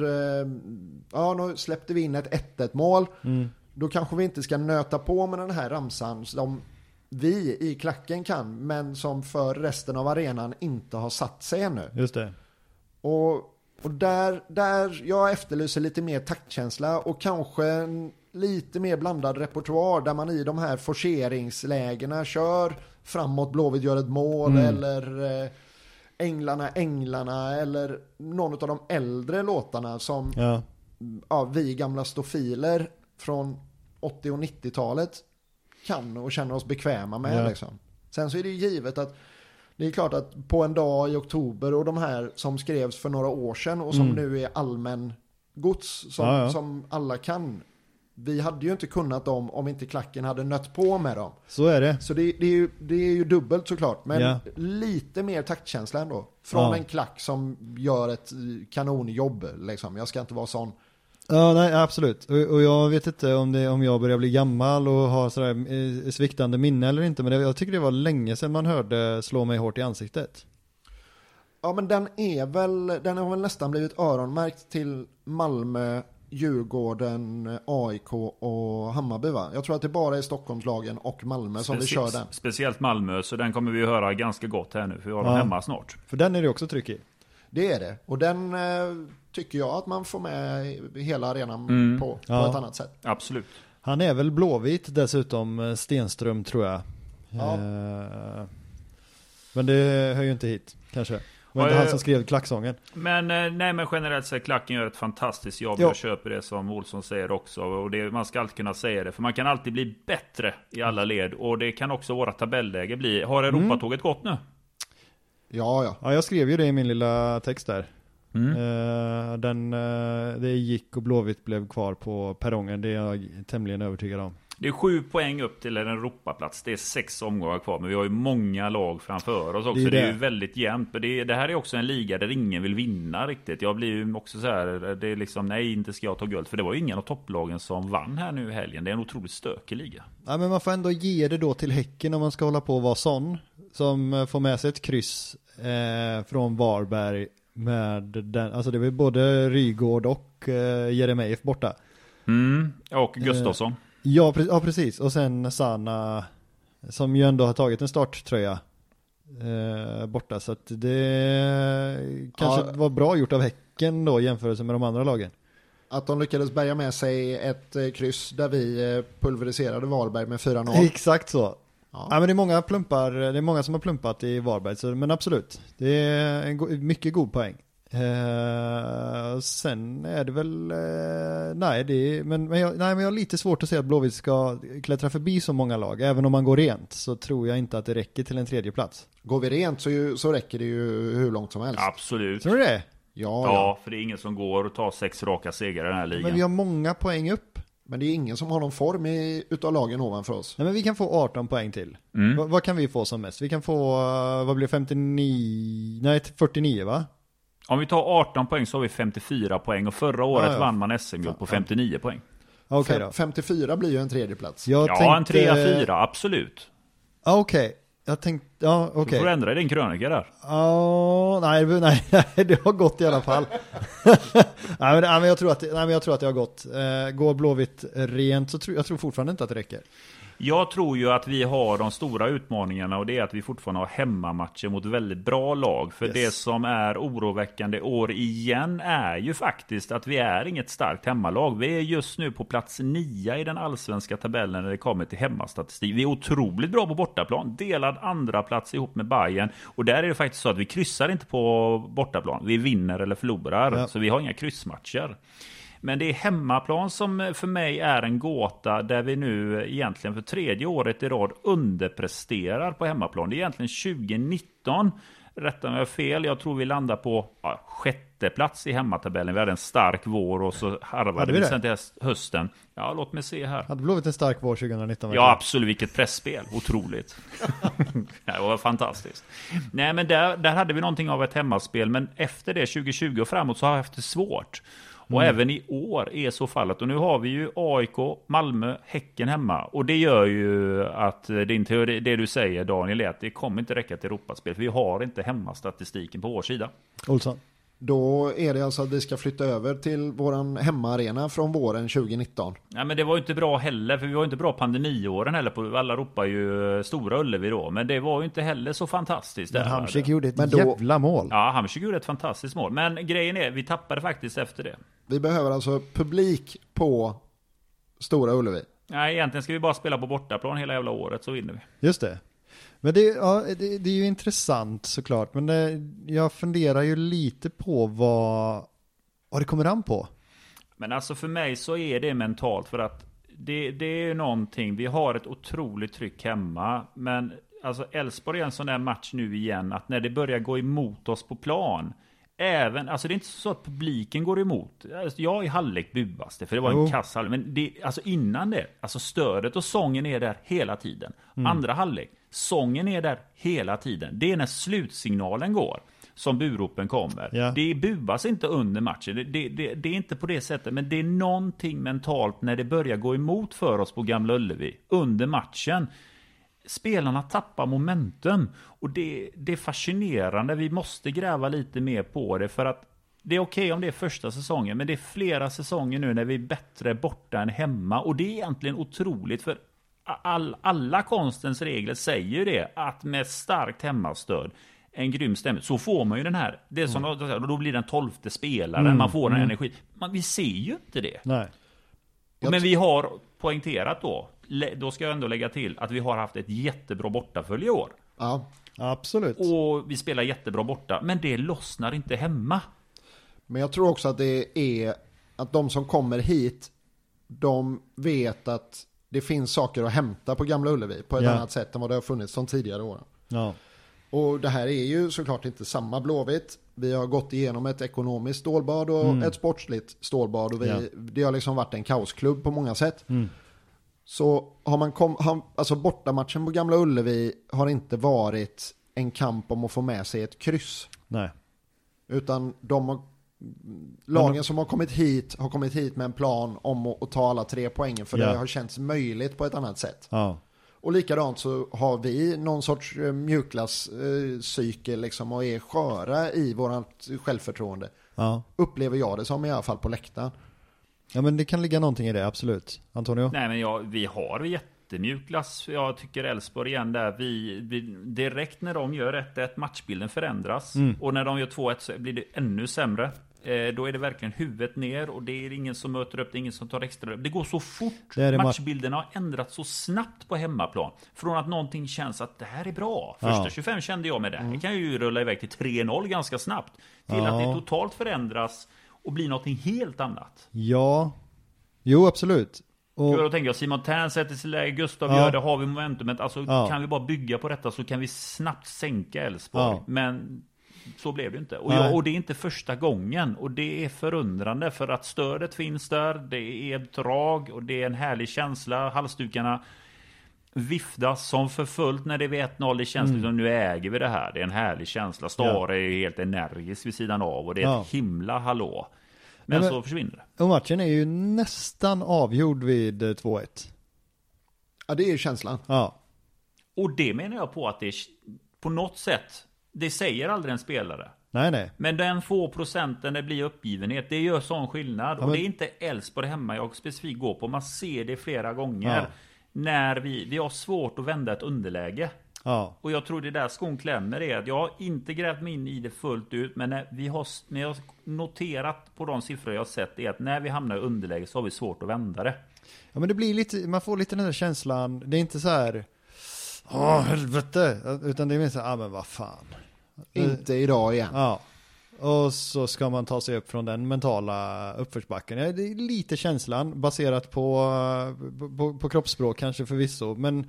ja nu släppte vi in ett ett ett mål. Mm. Då kanske vi inte ska nöta på med den här ramsan som vi i klacken kan, men som för resten av arenan inte har satt sig ännu. Just det. Och, och där, där jag efterlyser lite mer taktkänsla och kanske en lite mer blandad repertoar där man i de här forceringslägena kör framåt, Blåvitt gör ett mål Mm. eller eh, Änglarna, Änglarna eller någon av de äldre låtarna som Ja. ja, vi gamla stofiler från åttio- och nittiotalet kan och känner oss bekväma med. Ja. Liksom. Sen så är det ju givet att det är klart att på en dag i oktober och de här som skrevs för några år sedan och som Mm. nu är allmän gods som, Ja, ja. som alla kan. Vi hade ju inte kunnat dem om inte klacken hade nött på med dem. Så är det. Så det, det, är, ju, det är ju dubbelt såklart. Men Ja. lite mer taktkänsla ändå. Från Ja. en klack som gör ett kanonjobb. Liksom. Jag ska inte vara sån. Ja, nej, absolut. Och, och jag vet inte om, det, om jag börjar bli gammal och har sådär eh, sviktande minne eller inte. Men det, jag tycker det var länge sedan man hörde Slå mig hårt i ansiktet. Ja, men den är väl, den har väl nästan blivit öronmärkt till Malmö, Djurgården, A I K och Hammarby, va? Jag tror att det bara är Stockholmslagen och Malmö som vi kör den. Speciellt Malmö, så den kommer vi att höra ganska gott här nu, för vi har dem Ja. hemma snart. För den är det också tryck i. Det är det. Och den eh, tycker jag att man får med hela arenan Mm. på, på Ja. ett annat sätt. Absolut. Han är väl blåvit dessutom, eh, Stenström tror jag. Ja. Eh, men det hör ju inte hit, kanske. Det var Ja, inte ja, han ja. som skrev klacksången. Men eh, nej, men generellt sett, klacken gör ett fantastiskt jobb. Ja. Jag köper det som Olsson säger också. Och det, man ska alltid kunna säga det. För man kan alltid bli bättre i alla led. Och det kan också våra tabelläge bli. Har Europatåget gått nu? Ja, ja. Ja, jag skrev ju det i min lilla text där. Mm. Eh, den, eh, det gick och Blåvitt blev kvar på perrongen. Det är jag tämligen övertygad om. Det är sju poäng upp till en Europaplats. Det är sex omgångar kvar. Men vi har ju många lag framför oss också. Det är Det är, det. ju väldigt jämnt. Men det, det här är också en liga där ingen vill vinna riktigt. Jag blir ju också så här. Det är liksom, nej, inte ska jag ta guld. För det var ju ingen av topplagen som vann här nu i helgen. Det är en otroligt stökig liga. Ja, men man får ändå ge det då till Häcken om man ska hålla på och vara sån. Som eh, får med sig ett kryss eh, från Varberg med den. Alltså det var både Rygård och eh, Jeremejeff borta. Mm. Och Gustafsson. Ja, pre- ja, precis. Och sen Sana som ju ändå har tagit en starttröja eh, borta. Så att det kanske Ja. var bra gjort av Häcken då i jämförelse med de andra lagen. Att de lyckades bärga med sig ett eh, kryss där vi eh, pulveriserade Varberg med fyra noll. Exakt så. Ja. Ja, men det är många plumpar, det är många som har plumpat i Varberg, så, men absolut. Det är en go- mycket god poäng. Eh, sen är det väl, eh, nej, det är, men, men, jag, nej, men jag har lite svårt att se att Blåvitt ska klättra förbi så många lag. Även om man går rent så tror jag inte att det räcker till en tredje plats. Går vi rent så, ju, så räcker det ju hur långt som helst. Absolut. Tror du det? Ja, Ja, ja. för det är ingen som går och tar sex raka segrar i den här ligan. Men vi har många poäng upp. Men det är ingen som har någon form i, utav lagen ovanför oss. Nej, men vi kan få arton poäng till. Mm. Va, vad kan vi få som mest? Vi kan få, eh, vad blir femtionio, nej fyrtionio va? Om vi tar arton poäng så har vi femtiofyra poäng. Och förra året Ja, ja. vann man S M-guld på femtionio poäng. Okej Fem, då. femtiofyra blir ju en tredje plats. Jag Ja, en tänkte- trea, fyra, absolut. Ja, okej. Jag tänkte, ja Du okej. får ändra i din krönika där. Ja, nej, det- nej, nej, det har gått i alla fall. nej, men, nej, men jag tror att, det- nej, men jag tror att det har gått. Eh, går Blåvitt rent så tror jag tror fortfarande inte att det räcker. Jag tror ju att vi har de stora utmaningarna, och det är att vi fortfarande har hemmamatcher mot väldigt bra lag. För Yes. det som är oroväckande år igen är ju faktiskt att vi är inget starkt hemmalag. Vi är just nu på plats nio i den allsvenska tabellen när det kommer till hemmastatistik. Vi är otroligt bra på bortaplan. Delad andra plats ihop med Bayern. Och där är det faktiskt så att vi kryssar inte på bortaplan. Vi vinner eller förlorar. Ja. Så vi har inga kryssmatcher. Men det är hemmaplan som för mig är en gåta, där vi nu egentligen för tredje året i rad underpresterar på hemmaplan. Det är egentligen tjugonitton, rätta mig fel, jag tror vi landar på ja, sjätte plats i hemmatabellen. Vi hade en stark vår och så harvade Hade vi, vi vi det? sen till hösten. Ja, låt mig se här. Hade Blåvitt en stark vår tjugonitton? Ja, absolut. Vilket pressspel. Otroligt. Det var fantastiskt. Nej, men där, där hade vi någonting av ett hemmaspel. Men efter det, tjugo tjugo och framåt, så har jag haft det svårt. Och även i år är så fallet. Och nu har vi ju A I K, Malmö, Häcken hemma. Och det gör ju att din teori, det du säger Daniel är att det kommer inte räcka till Europaspel. För vi har inte hemmastatistiken på vår sida. Olsson. Då är det alltså att vi ska flytta över till våran hemmaarena från våren tjugonitton. Nej, men det var ju inte bra heller, för vi var inte bra pandemiåren heller. På, alla ropar ju Stora Ullevi då, men det var ju inte heller så fantastiskt. Men Hamsik gjorde ett Men då- jävla mål. Ja, Hamsik gjorde ett fantastiskt mål. Men grejen är, vi tappade faktiskt efter det. Vi behöver alltså publik på Stora Ullevi. Nej, egentligen ska vi bara spela på bortaplan hela jävla året så vinner vi. Just det. Men det, ja, det, det är ju intressant såklart. Men det, jag funderar ju lite på vad, vad det kommer an på. Men alltså för mig så är det mentalt, för att det, det är ju någonting, vi har ett otroligt tryck hemma, men alltså Elfsborg är en sån där match nu igen, att när det börjar gå emot oss på plan, även, alltså det är inte så att publiken går emot. Alltså jag i halvlek buas det, för det var en Jo. kass halvlek, men det, alltså innan det, alltså stödet och sången är där hela tiden. Mm. Andra halvlek, sången är där hela tiden. Det är när slutsignalen går som buropen kommer. Ja. Det buas inte under matchen. Det, det, det, det är inte på det sättet, men det är någonting mentalt när det börjar gå emot för oss på Gamla Ullevi under matchen. Spelarna tappar momentum, och det, det är fascinerande. Vi måste gräva lite mer på det, för att det är okej om det är första säsongen, men det är flera säsonger nu när vi är bättre borta än hemma, och det är egentligen otroligt, för all, alla konstens regler säger ju det, att med starkt hemmastöd, en grym stämning, så får man ju den här, det är som mm. då blir den tolfte spelaren, Mm. man får den Mm. energi. Men vi ser ju inte det. Nej. Men vi har poängterat då, då ska jag ändå lägga till att vi har haft ett jättebra bortafölj i år. Ja. Absolut. Och vi spelar jättebra borta, men det lossnar inte hemma. Men jag tror också att det är att de som kommer hit, de vet att det finns saker att hämta på Gamla Ullevi på ett Ja. annat sätt än vad det har funnits som tidigare år. Ja. Och det här är ju såklart inte samma Blåvitt. Vi har gått igenom ett ekonomiskt stålbad och Mm. ett sportsligt stålbad, och vi, Ja. det har liksom varit en kaosklubb på många sätt. Mm. Så har man kom, har, alltså bortamatchen på Gamla Ullevi har inte varit en kamp om att få med sig ett kryss. Nej. Utan de har, lagen som har kommit hit har kommit hit med en plan om att, att ta alla tre poängen, för Ja. det har känts möjligt på ett annat sätt. Ja. Och likadant så har vi någon sorts eh, mjukglass-psyke liksom, och är sköra i vårt självförtroende. Ja. Upplever jag det som, i alla fall på läktaren. Ja, men det kan ligga någonting i det, absolut. Antonio? Nej, men ja, vi har jättemjuk glass. Jag tycker Elfsborg igen där, vi, vi, direkt när de gör ett ett, matchbilden förändras. Mm. Och när de gör två ett så blir det ännu sämre. Eh, då är det verkligen huvudet ner, och det är ingen som möter upp, det är ingen som tar extra upp. Det går så fort. Det är det, Matchbilden har ändrats så snabbt på hemmaplan. Från att någonting känns att det här är bra. Första Ja. tjugofem kände jag med det. Det kan ju rulla iväg till tre noll ganska snabbt. Till Ja. att det totalt förändras och blir någonting helt annat. Ja. Jo, absolut. Och, För då tänker jag, Simon Tern sätter sig läge, Gustav Ja. gör det, har vi momentumet. Alltså Ja. kan vi bara bygga på detta så kan vi snabbt sänka Elfsborg. Ja. Men så blev det inte. Och, Nej. jag, och det är inte första gången. Och det är förundrande, för att stödet finns där. Det är ett drag och det är en härlig känsla. Halsdukarna viftas som för fullt när det är ett noll. Det känns Mm. som nu äger vi det här. Det är en härlig känsla. Stare är helt energisk vid sidan av. Och det är Ja. ett himla hallå. Men, Men- så försvinner det. och matchen är ju nästan avgjord vid eh, två ett. Ja, det är ju känslan. Ja. Och det menar jag på att det är på något sätt, det säger aldrig en spelare. Nej, nej. Men den få procenten det blir uppgivenhet, det gör sån skillnad. Ja, Och men- det är inte Elfsborg hemma jag specifikt går på. Man ser det flera gånger. Ja. När vi, vi har svårt att vända ett underläge. Ja. Och jag tror det där skon klämmer är att jag har inte grävt mig in i det fullt ut. Men när vi har, när jag har noterat på de siffror jag har sett är att när vi hamnar i underläge så har vi svårt att vända det. Ja, men det blir lite, man får lite den där känslan, det är inte så här, åh helvete, utan det är mer så här, ah men vad fan. Inte idag igen. Ja. Och så ska man ta sig upp från den mentala uppförsbacken. Ja, det är lite känslan baserat på, på, på kroppsspråk kanske förvisso. Men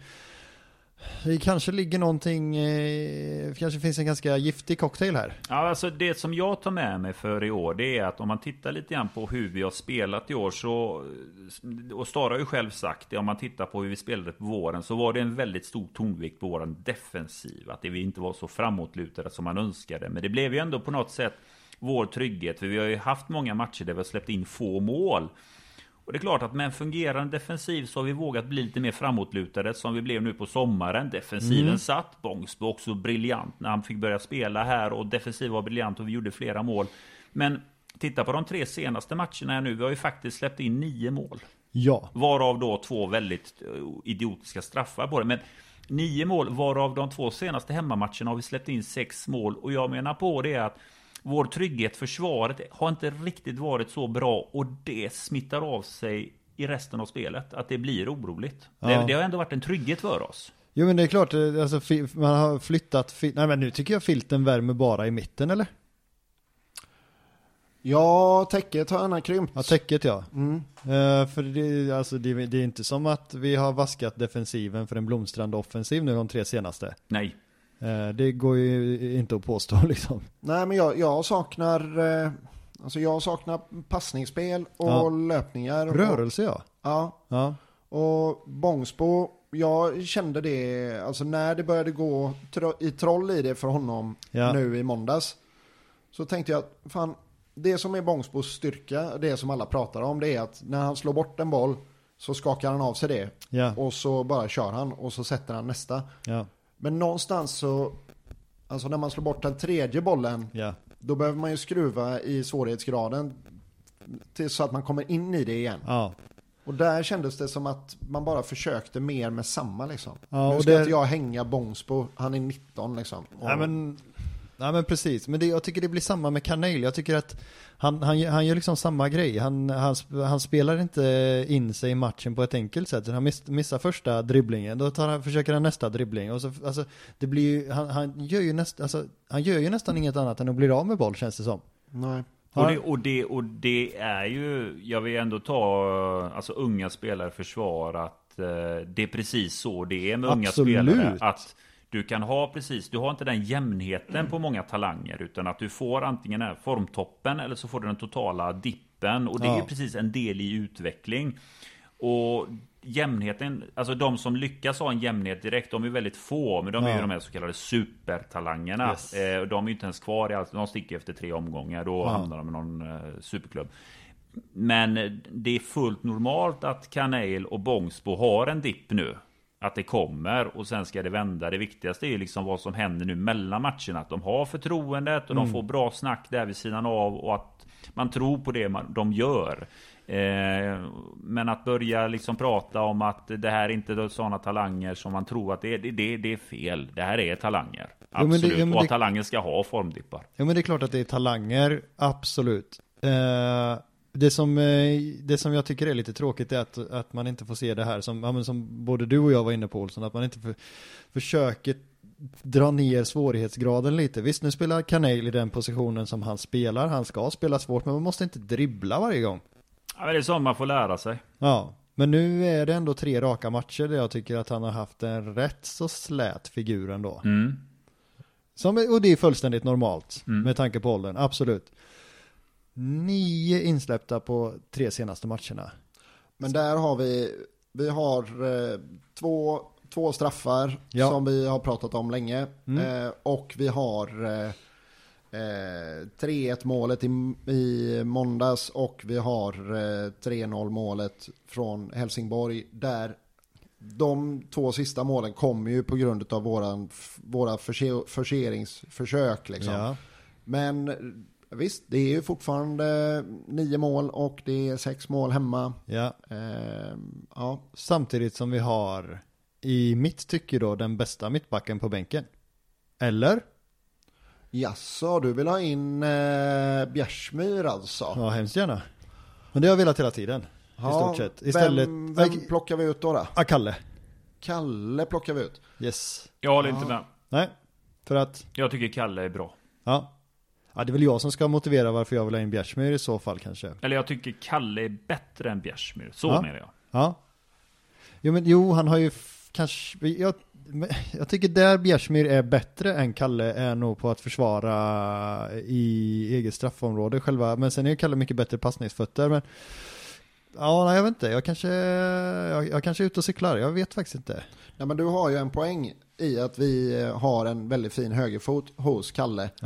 det kanske ligger någonting, eh, kanske finns en ganska giftig cocktail här. Ja, alltså det som jag tar med mig för i år, det är att om man tittar lite grann på hur vi har spelat i år, så, och Stara har ju själv sagt det, om man tittar på hur vi spelade på våren, så var det en väldigt stor tonvikt på våran defensiv, att det vi inte var så framåtlutade som man önskade. Men det blev ju ändå på något sätt vår trygghet. För vi har ju haft många matcher där vi har släppt in få mål. Och det är klart att med en fungerande defensiv så har vi vågat bli lite mer framåtlutade som vi blev nu på sommaren. Defensiven mm. satt, Bångsbo också briljant när han fick börja spela här och defensiv var briljant och vi gjorde flera mål. Men titta på de tre senaste matcherna nu, vi har ju faktiskt släppt in nio mål. Ja. Varav då två väldigt idiotiska straffar på det. Men nio mål, varav de två senaste hemmamatcherna har vi släppt in sex mål. Och jag menar på det att vår trygghet, försvaret har inte riktigt varit så bra och det smittar av sig i resten av spelet. Att det blir oroligt. Ja. Det, det har ändå varit en trygghet för oss. Jo men det är klart, alltså, man har flyttat, nej men nu tycker jag filten värmer bara i mitten eller? Ja, täcket har gärna krympt. Ja, täcket ja. Mm. Uh, för det, alltså, det, det är inte som att vi har vaskat defensiven för en blomstrande offensiv nu de tre senaste. Nej. Uh, det går ju inte att påstå liksom. Nej, men jag, jag saknar uh, alltså jag saknar passningsspel och ja. löpningar. Rörelse ja. Ja. ja. Och Bångsbo, jag kände det, alltså när det började gå tro, i troll i det för honom ja. nu i måndags. Så tänkte jag, fan, det som är Bångsbos styrka, det som alla pratar om, det är att när han slår bort en boll så skakar han av sig det. Ja. Och så bara kör han och så sätter han nästa. Ja. Men någonstans så, alltså när man slår bort den tredje bollen, ja. då behöver man ju skruva i svårighetsgraden till så att man kommer in i det igen. Ja. Och där kändes det som att man bara försökte mer med samma liksom. Ja, nu och ska det... inte jag hänga Bångsbo, han är nitton liksom. Och... Nej men... Nej men precis, men det, jag tycker det blir samma med Kanel. Jag tycker att han, han, han gör liksom samma grej. Han, han, han spelar inte in sig i matchen på ett enkelt sätt. Han miss, missar första dribblingen, då tar han, försöker han nästa dribbling. Och så, alltså, det blir ju, han, han, gör ju näst, alltså, han gör ju nästan inget annat än att bli av med boll, känns det som. Nej. Och det, och, det, och det är ju, jag vill ändå ta alltså, unga spelare försvar att eh, det är precis så det är med Absolut. unga spelare. Att du kan ha precis, du har inte den jämnheten mm. på många talanger utan att du får antingen den formtoppen eller så får du den totala dippen och det ja. är precis en del i utveckling. Och jämnheten, alltså de som lyckas ha en jämnhet direkt, de är väldigt få, men de är ja. ju de här så kallade supertalangerna. Yes. Eh, de är ju inte ens kvar i allt, de sticker efter tre omgångar, då ja. hamnar de i någon eh, superklubb. Men det är fullt normalt att Kanel och Bångsbo har en dipp nu. Att det kommer och sen ska det vända. Det viktigaste är liksom vad som händer nu mellan matcherna. Att de har förtroendet och mm. de får bra snack där vid sidan av och att man tror på det man, de gör. Eh, men att börja liksom prata om att det här är inte sådana talanger som man tror att det är, det, det är fel. Det här är talanger. Absolut. Ja, det, ja, och att det, talanger ska ha formdippar. Ja men det är klart att det är talanger. Absolut. Eh... Det som, det som jag tycker är lite tråkigt är att, att man inte får se det här som, ja, som både du och jag var inne på, Olsson, att man inte för, försöker dra ner svårighetsgraden lite. Visst, nu spelar Kanel i den positionen som han spelar. Han ska spela svårt, men man måste inte dribbla varje gång. Ja, det är så man får lära sig. Ja, men nu är det ändå tre raka matcher där jag tycker att han har haft en rätt så slät figur ändå. Mm. Som, och det är fullständigt normalt mm. med tanke på åldern, absolut. Nio insläppta på tre senaste matcherna. Men där har vi vi har eh, två, två straffar ja. som vi har pratat om länge. Mm. Eh, och vi har eh, eh, tre ett målet i, i måndags och vi har eh, tre noll målet från Helsingborg. Där de två sista målen kommer ju på grund av våran, våra förse, förseringsförsök. Liksom. Ja. Men... Visst, det är ju fortfarande nio mål och det är sex mål hemma. Ja. Eh, ja. Samtidigt som vi har i mitt tycke då den bästa mittbacken på bänken. Eller? Jaså, du vill ha in eh, Bjärsmyr alltså? Ja, hemskt gärna. Men det har jag velat hela tiden. Ja, i stort sett. Istället, vem, vem plockar vi ut då då? Ah, Kalle. Kalle plockar vi ut. Yes. Jag håller inte med. Nej, för att... Jag tycker Kalle är bra. Ja. Ja, det är väl jag som ska motivera varför jag vill ha in Bjärsmyr i så fall kanske. Eller jag tycker Kalle är bättre än Bjärsmyr. Så ja. menar jag. Ja. Jo, men jo, han har ju f- kanske... Jag, jag tycker där Bjärsmyr är bättre än Kalle är nog på att försvara i eget straffområde själva. Men sen är ju Kalle mycket bättre passningsfötter. Men ja, nej, jag vet inte. Jag kanske, jag, jag kanske är ute och cyklar. Jag vet faktiskt inte. Nej, men du har ju en poäng i att vi har en väldigt fin högerfot hos Kalle. Ja.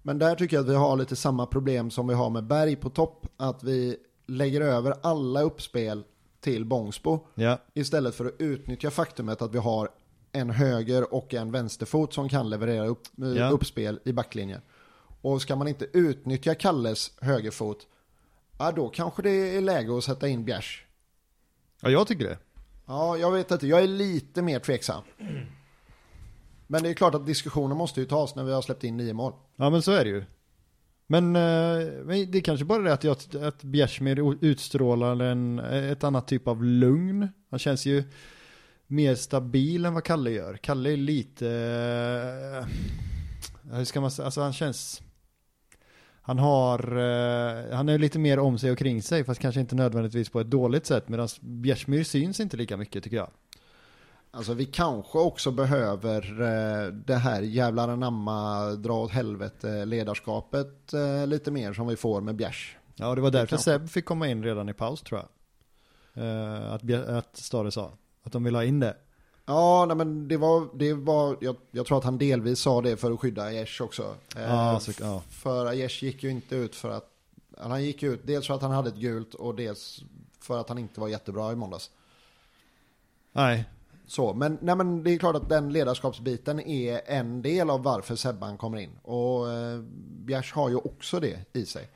Men där tycker jag att vi har lite samma problem som vi har med Berg på topp. Att vi lägger över alla uppspel till Bångsbo. Ja. Istället för att utnyttja faktumet att vi har en höger och en vänsterfot som kan leverera upp, ja. uppspel i backlinjen. Och ska man inte utnyttja Kalles högerfot, ja, då kanske det är läge att sätta in Bjärs. Ja, jag tycker det. Ja, jag vet inte. Jag är lite mer tveksam. Men det är klart att diskussionen måste ju tas när vi har släppt in nio mål. Ja, men så är det ju. Men, eh, men det är kanske bara det att, jag, att Bjärsmyr utstrålar en, ett annat typ av lugn. Han känns ju mer stabil än vad Kalle gör. Kalle är lite... Eh, hur ska man säga? Alltså han känns... Han har... Eh, han är lite mer om sig och kring sig, fast kanske inte nödvändigtvis på ett dåligt sätt. Medan Bjärsmyr syns inte lika mycket, tycker jag. Alltså vi kanske också behöver eh, det här jävlar anamma, dra åt helvete ledarskapet eh, lite mer som vi får med Bjärs. Ja, det var därför kanske. Seb fick komma in redan i paus, tror jag. Eh, att, att Stare sa att de vill ha in det. Ja, nej, men det var, det var jag, jag tror att han delvis sa det för att skydda Aiesh också. Eh, ja, så, ja. För Aiesh gick ju inte ut för att, han gick ut dels för att han hade ett gult och dels för att han inte var jättebra i måndags. Nej. Så, men, nej, men det är klart att den ledarskapsbiten är en del av varför Sebban kommer in. Och eh, Bjärs har ju också det i sig.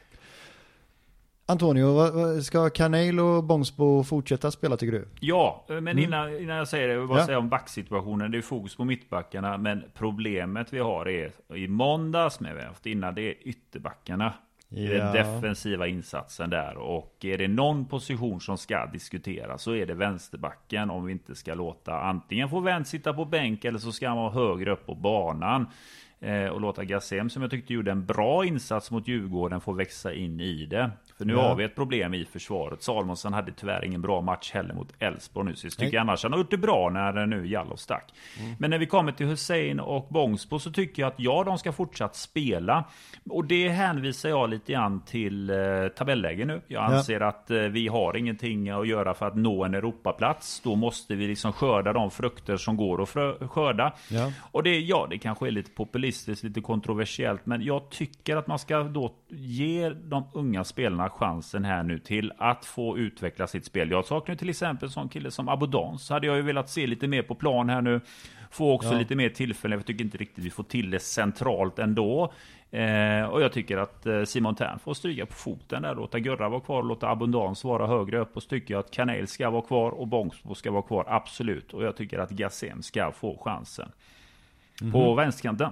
Antonio, ska Kanel och Bångsbo fortsätta spela, tycker du? Ja, men Mm. innan, innan jag säger det, jag vill bara Ja. säga om backsituationen. Det är fokus på mittbackarna, men problemet vi har är i måndags med vi haft innan, det är ytterbackarna. Det är Ja. den defensiva insatsen där. Och är det någon position som ska diskuteras så är det vänsterbacken, om vi inte ska låta antingen få vänt sitta på bänk eller så ska han vara högre upp på banan. Eh, och låta Gassem, som jag tyckte gjorde en bra insats mot Djurgården, få växa in i det. För nu Ja. har vi ett problem i försvaret. Salmonsson hade tyvärr ingen bra match heller mot Elfsborg nu. Så jag tycker Nej. annars han har gjort det bra när nu Jallow stack. Mm. Men när vi kommer till Hussein och Bångsbo så tycker jag att ja, de ska fortsatt spela. Och det hänvisar jag lite grann till eh, tabelläge nu. Jag anser ja. att eh, vi har ingenting att göra för att nå en Europaplats. Då måste vi liksom skörda de frukter som går att frö- skörda. Ja. Och det, ja, det kanske är lite populistiskt, lite kontroversiellt, men jag tycker att man ska då ge de unga spelarna chansen här nu till att få utveckla sitt spel. Jag saknar till exempel en sån kille som Abodans. Hade jag ju velat se lite mer på plan här nu. Få också Ja. lite mer tillfällen. Jag tycker inte riktigt vi får till det centralt ändå. Eh, och jag tycker att eh, Simon Tern får stryga på foten där. Låta Gurra vara kvar, låta Abundans vara högre upp. Och så tycker jag att Kanel ska vara kvar och Bångsbo ska vara kvar, absolut. Och jag tycker att Gassem ska få chansen. Mm-hmm. På vänsterkanten.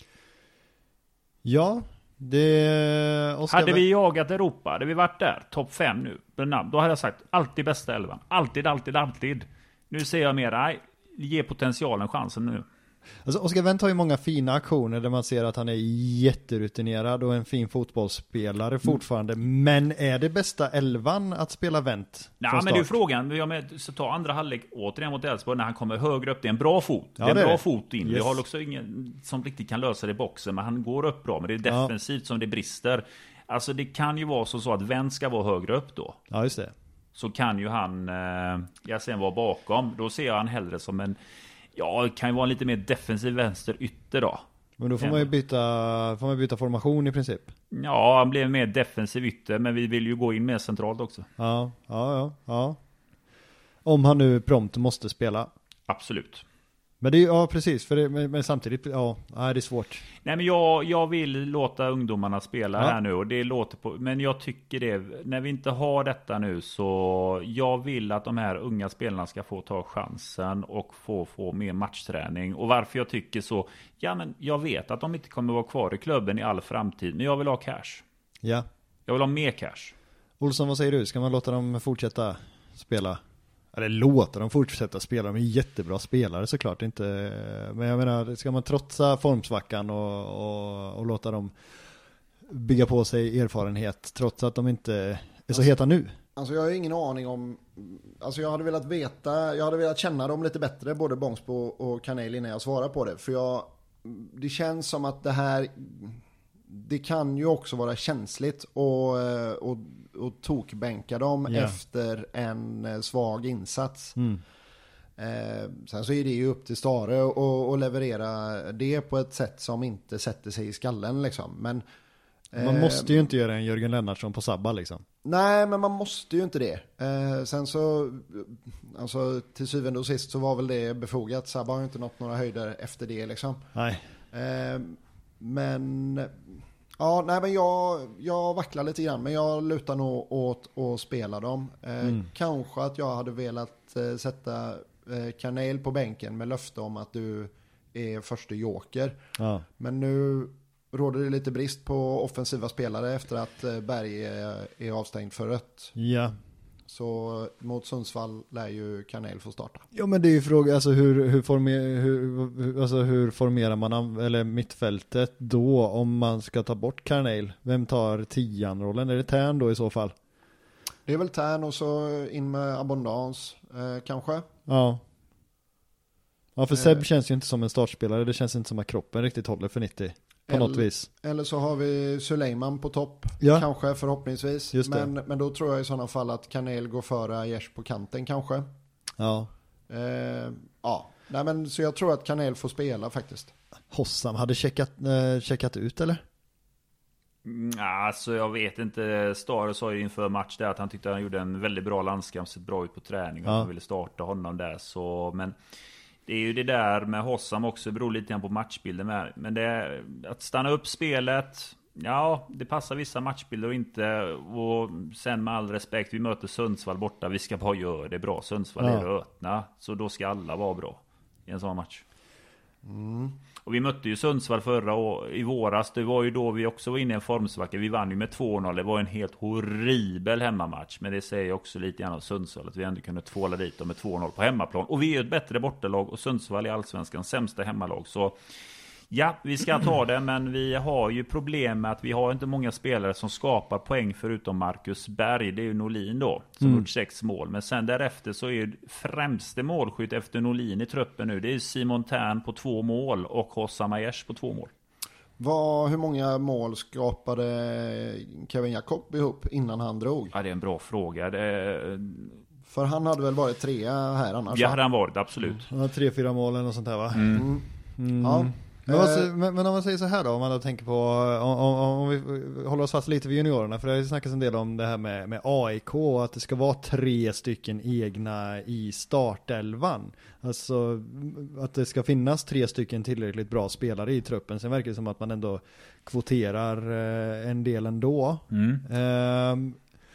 Ja, det... Oskar... Hade vi jagat Europa, hade vi varit där, topp fem nu, då hade jag sagt alltid bästa elvan. Alltid, alltid, alltid. Nu ser jag mer, nej, ge potentialen chansen nu. Alltså, Oskar Wendt har ju många fina aktioner där man ser att han är jätterutinerad och en fin fotbollsspelare mm. fortfarande. Men är det bästa elvan att spela Wendt? Nej, men det är frågan. Vi har med, så ta andra halvlek återigen mot Elfsborg när han kommer högre upp. Det är en bra fot. Ja, det är en det är bra det. fot in. Yes. Vi har också ingen som riktigt kan lösa det i boxen, men han går upp bra. Men det är defensivt ja. som det brister. Alltså det kan ju vara så, så att Wendt ska vara högre upp då. Ja, just det. Så kan ju han eh, ja, sen vara bakom. Då ser jag han hellre som en... Ja, det kan ju vara en lite mer defensiv vänster ytter då. Men då får man ju byta, får man byta formation i princip. Ja, han blev mer defensiv ytter, men vi vill ju gå in mer centralt också. Ja, ja, ja. ja. Om han nu prompt måste spela. Absolut. Men det är ja precis, för det, men, men samtidigt, ja, det är svårt. Nej, men jag, jag vill låta ungdomarna spela ja. här nu och det låter på, men jag tycker det, när vi inte har detta nu så jag vill att de här unga spelarna ska få ta chansen och få, få mer matchträning. Och varför jag tycker så, ja men jag vet att de inte kommer vara kvar i klubben i all framtid, men jag vill ha cash. Ja. Jag vill ha mer cash. Olsson, vad säger du? Ska man låta dem fortsätta spela? Eller låta dem fortsätta spela, de är jättebra spelare såklart inte, men jag menar, ska man trotsa formsvackan och, och, och låta dem bygga på sig erfarenhet trots att de inte är så heta nu? Alltså jag har ingen aning om, alltså jag hade velat veta, jag hade velat känna dem lite bättre, både Bångsbo och Kanel, innan jag svarar på det, för jag, det känns som att det här, det kan ju också vara känsligt och, och, och tokbänka dem yeah. efter en svag insats. Mm. Eh, sen så är det ju upp till Stare och, och leverera det på ett sätt som inte sätter sig i skallen liksom. Men man eh, måste ju inte göra en Jörgen Lennartsson på Sabba liksom. Nej, men man måste ju inte det. Eh, sen så, alltså till syvende och sist så var väl det befogat. Sabba har ju inte nått några höjder efter det liksom. Nej. Eh, men, ja, nej men jag, jag vacklar lite grann. Men jag lutar nog åt att spela dem. Eh, mm. Kanske att jag hade velat eh, sätta eh, Kanel på bänken med löfte om att du är första joker. Ja. Men nu råder det lite brist på offensiva spelare efter att Berg är avstängd för rött. Ja. Så mot Sundsvall lär ju Kanel få starta. Ja, men det är ju frågan, alltså hur, hur, former, hur, alltså hur formerar man eller mittfältet då om man ska ta bort Kanel? Vem tar tian-rollen? Är det Tern då i så fall? Det är väl Tern och så in med Abondans eh, kanske. Ja. Ja, för Seb eh. känns ju inte som en startspelare. Det känns inte som att kroppen riktigt håller för nittio. På eller, något vis. Eller så har vi Suleiman på topp. Ja. Kanske förhoppningsvis. Men, men då tror jag i sådana fall att Kanel går före Aiesh på kanten kanske. Ja. Eh, ja. Nej, men, så jag tror att Kanel får spela faktiskt. Hossam hade checkat, eh, checkat ut eller? Mm, alltså jag vet inte. Stare sa ju inför match där att han tyckte att han gjorde en väldigt bra landskamp. Sett bra ut på träning. Och ja. Han ville starta honom där. Så, men det är ju det där med Hossam också, det beror lite grann på matchbilden med. Men det är att stanna upp spelet, ja, det passar vissa matchbilder och inte. Och sen med all respekt, vi möter Sundsvall borta, vi ska bara göra det bra. Sundsvall ja. är rötna, så då ska alla vara bra i en sån match. Mm. Och vi mötte ju Sundsvall förra år, i våras. Det var ju då vi också var inne i en formsvacka. Vi vann ju med två noll. Det var en helt horribel hemmamatch. Men det säger också lite grann om Sundsvall, att vi ändå kunde tvåla dit dem med två noll på hemmaplan. Och vi är ett bättre bortalag och Sundsvall är allsvenskans sämsta hemmalag. Så ja, vi ska ta det, men vi har ju problem med att vi har inte många spelare som skapar poäng förutom Marcus Berg. Det är ju Norlin då, som mm. gjort sex mål. Men sen därefter så är ju främste målskytt efter Norlin i truppen nu, det är Simon Tern på två mål och Hossam Aiesh på två mål. Vad, hur många mål skapade Kevin Jakob ihop innan han drog? Ja, det är en bra fråga. Det... För han hade väl varit trea här annars? Ja, hade han varit, absolut. Mm. Ja, tre, fyra mål eller något sånt här va? Mm. Mm. Ja. Men, vad, men, men om man säger så här då, om man då tänker på, om, om, om vi håller oss fast lite vid juniorerna, för det har ju snackats en del om det här med, med A I K, att det ska vara tre stycken egna i startelvan. Alltså att det ska finnas tre stycken tillräckligt bra spelare i truppen. Sen verkar det som att man ändå kvoterar eh, en del ändå. Mm. Eh,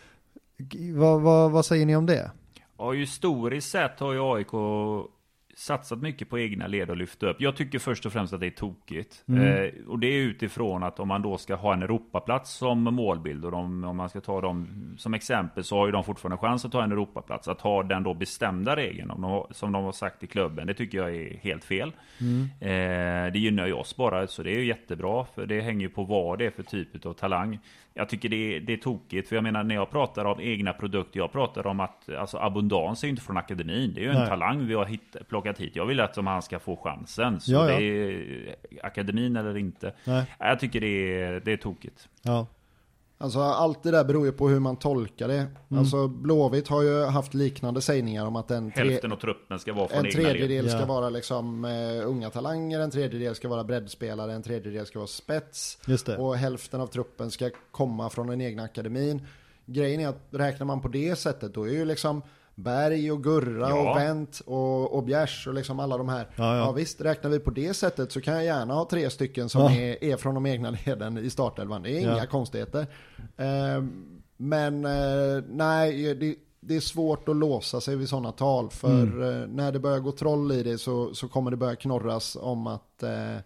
vad, vad, vad säger ni om det? Ja, historiskt sett har ju A I K satsat mycket på egna led och lyfta upp. Jag tycker först och främst att det är tokigt. Mm. Eh, och det är utifrån att om man då ska ha en Europaplats som målbild, och de, om man ska ta dem som exempel, så har ju de fortfarande chans att ta en Europaplats. Att ha den då bestämda regeln om de, som de har sagt i klubben, det tycker jag är helt fel. Mm. Eh, det gynnar ju oss bara, så det är ju jättebra, för det hänger ju på vad det är för typ av talang. Jag tycker det är, det är tokigt, för jag menar, när jag pratar om egna produkter, jag pratar om att alltså, Abundans är ju inte från akademin, det är ju en Nej. talang vi har hitt, plockat hit. Jag vill att han ska få chansen, så ja, ja. det är akademin eller inte. Nej. Jag tycker det är, det är tokigt. Ja. Alltså allt det där beror ju på hur man tolkar det. Mm. Alltså Blåvitt har ju haft liknande sägningar om att en, tre... hälften av truppen ska vara från en tredjedel ska ja. vara liksom uh, unga talanger, en tredjedel ska vara breddspelare, en tredjedel ska vara spets. Just det. Och hälften av truppen ska komma från den egna akademin. Grejen är att räknar man på det sättet, då är ju liksom Berg och Gurra ja. och Wendt och, och Bjärs och liksom alla de här. Ja, ja. ja visst, räknar vi på det sättet så kan jag gärna ha tre stycken som ja. är, är från de egna leden i startelvan. Det är inga ja. konstigheter. Eh, men eh, nej, det, det är svårt att låsa sig vid sådana tal. För mm. eh, när det börjar gå troll i det så, så kommer det börja knorras om att eh,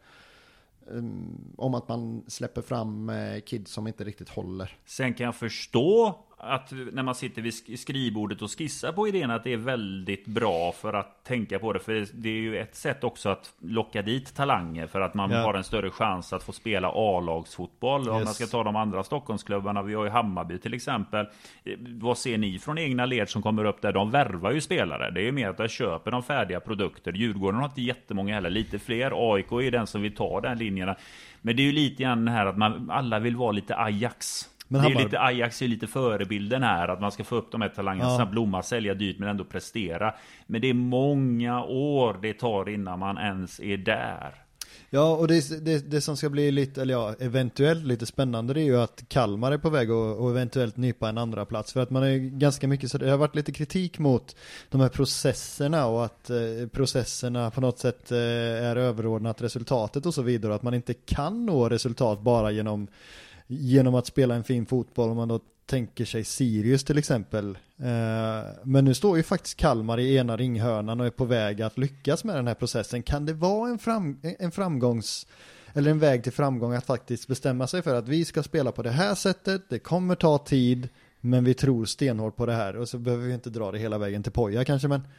um, om att man släpper fram eh, kids som inte riktigt håller. Sen kan jag förstå att när man sitter vid skrivbordet och skissar på idén, att det är väldigt bra för att tänka på det. För det är ju ett sätt också att locka dit talanger, för att man ja. har en större chans att få spela A-lagsfotboll. Yes. Om man ska ta de andra Stockholmsklubbarna, vi har ju Hammarby till exempel. Vad ser ni från egna led som kommer upp där? De värvar ju spelare. Det är mer att de köper de färdiga produkter. Djurgården har inte jättemånga heller, lite fler. A I K är den som vill ta den linjerna. Men det är ju lite grann här att man alla vill vara lite Ajax. Men det är Hammar... lite, Ajax är lite förebilden här, att man ska få upp de här talangerna, Ja. snabbt blomma, sälja dyrt men ändå prestera. Men det är många år det tar innan man ens är där. Ja, och det, det, det som ska bli lite, eller ja, eventuellt lite spännande, det är ju att Kalmar är på väg och, och eventuellt nypa en andra plats. För att man är ganska mycket, så det har varit lite kritik mot de här processerna och att eh, processerna på något sätt eh, är överordnat resultatet och så vidare. Att man inte kan nå resultat bara genom, genom att spela en fin fotboll, om man då tänker sig Sirius till exempel. Eh, men nu står ju faktiskt Kalmar i ena ringhörnan och är på väg att lyckas med den här processen. Kan det vara en, fram, en framgångs eller en väg till framgång att faktiskt bestämma sig för att vi ska spela på det här sättet, det kommer ta tid, men vi tror stenhårt på det här, och så behöver vi inte dra det hela vägen till Poja kanske, men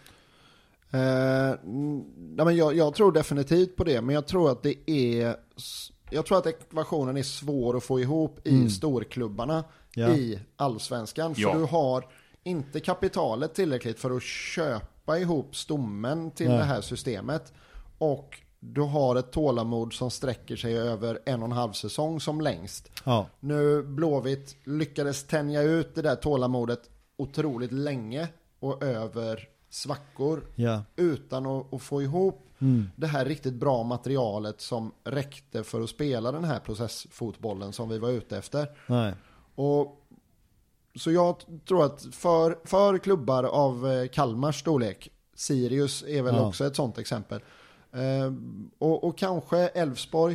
Eh, nej, men jag, jag tror definitivt på det, men jag tror att det är jag tror att ekvationen är svår att få ihop i Mm. storklubbarna Ja. i allsvenskan, för Ja. du har inte kapitalet tillräckligt för att köpa ihop stommen till Nej. det här systemet, och du har ett tålamod som sträcker sig över en och en halv säsong som längst. ja, Nu Blåvitt lyckades tänja ut det där tålamodet otroligt länge och över svackor ja. utan att, att få ihop Mm. det här riktigt bra materialet som räckte för att spela den här processfotbollen som vi var ute efter. Nej. Och så jag t- tror att för, för klubbar av eh, Kalmars storlek, Sirius är väl Ja. också ett sånt exempel. Eh, och, och kanske Elfsborg,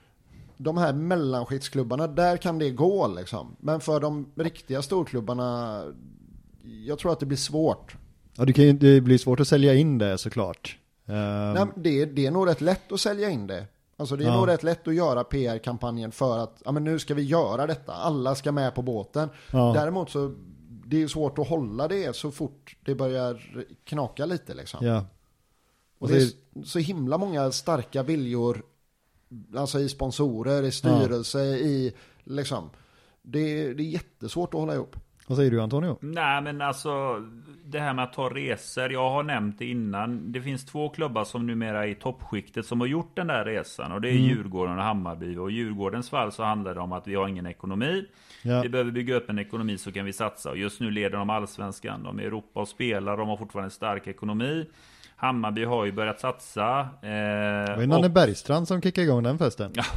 de här mellanskiktsklubbarna, där kan det gå liksom. Men för de riktiga storklubbarna, jag tror att det blir svårt. Ja, det, kan ju, det blir svårt att sälja in det såklart. Um, Nej, det, det är nog rätt lätt att sälja in det. Alltså det är Ja. nog rätt lätt att göra P R-kampanjen för att ja, men nu ska vi göra detta. Alla ska med på båten. Ja. Däremot så det är svårt att hålla det så fort det börjar knaka lite liksom. ja. Och det är så himla många starka viljor, alltså i sponsorer, i styrelse, i liksom. Det, det är jättesvårt att hålla ihop. Vad säger du, Antonio? Nej, men alltså det här med att ta resor, jag har nämnt det innan. Det finns två klubbar som numera är i toppskiktet som har gjort den där resan, och det är Mm. Djurgården och Hammarby. Och i Djurgårdens fall så handlar det om att vi har ingen ekonomi. Ja. Vi behöver bygga upp en ekonomi så kan vi satsa. Och just nu leder de allsvenskan. De är i Europa och spelar. De har fortfarande en stark ekonomi. Hammarby har ju börjat satsa. Eh, Det var Nanne och- Bergstrand som kickade igång den festen. Ja.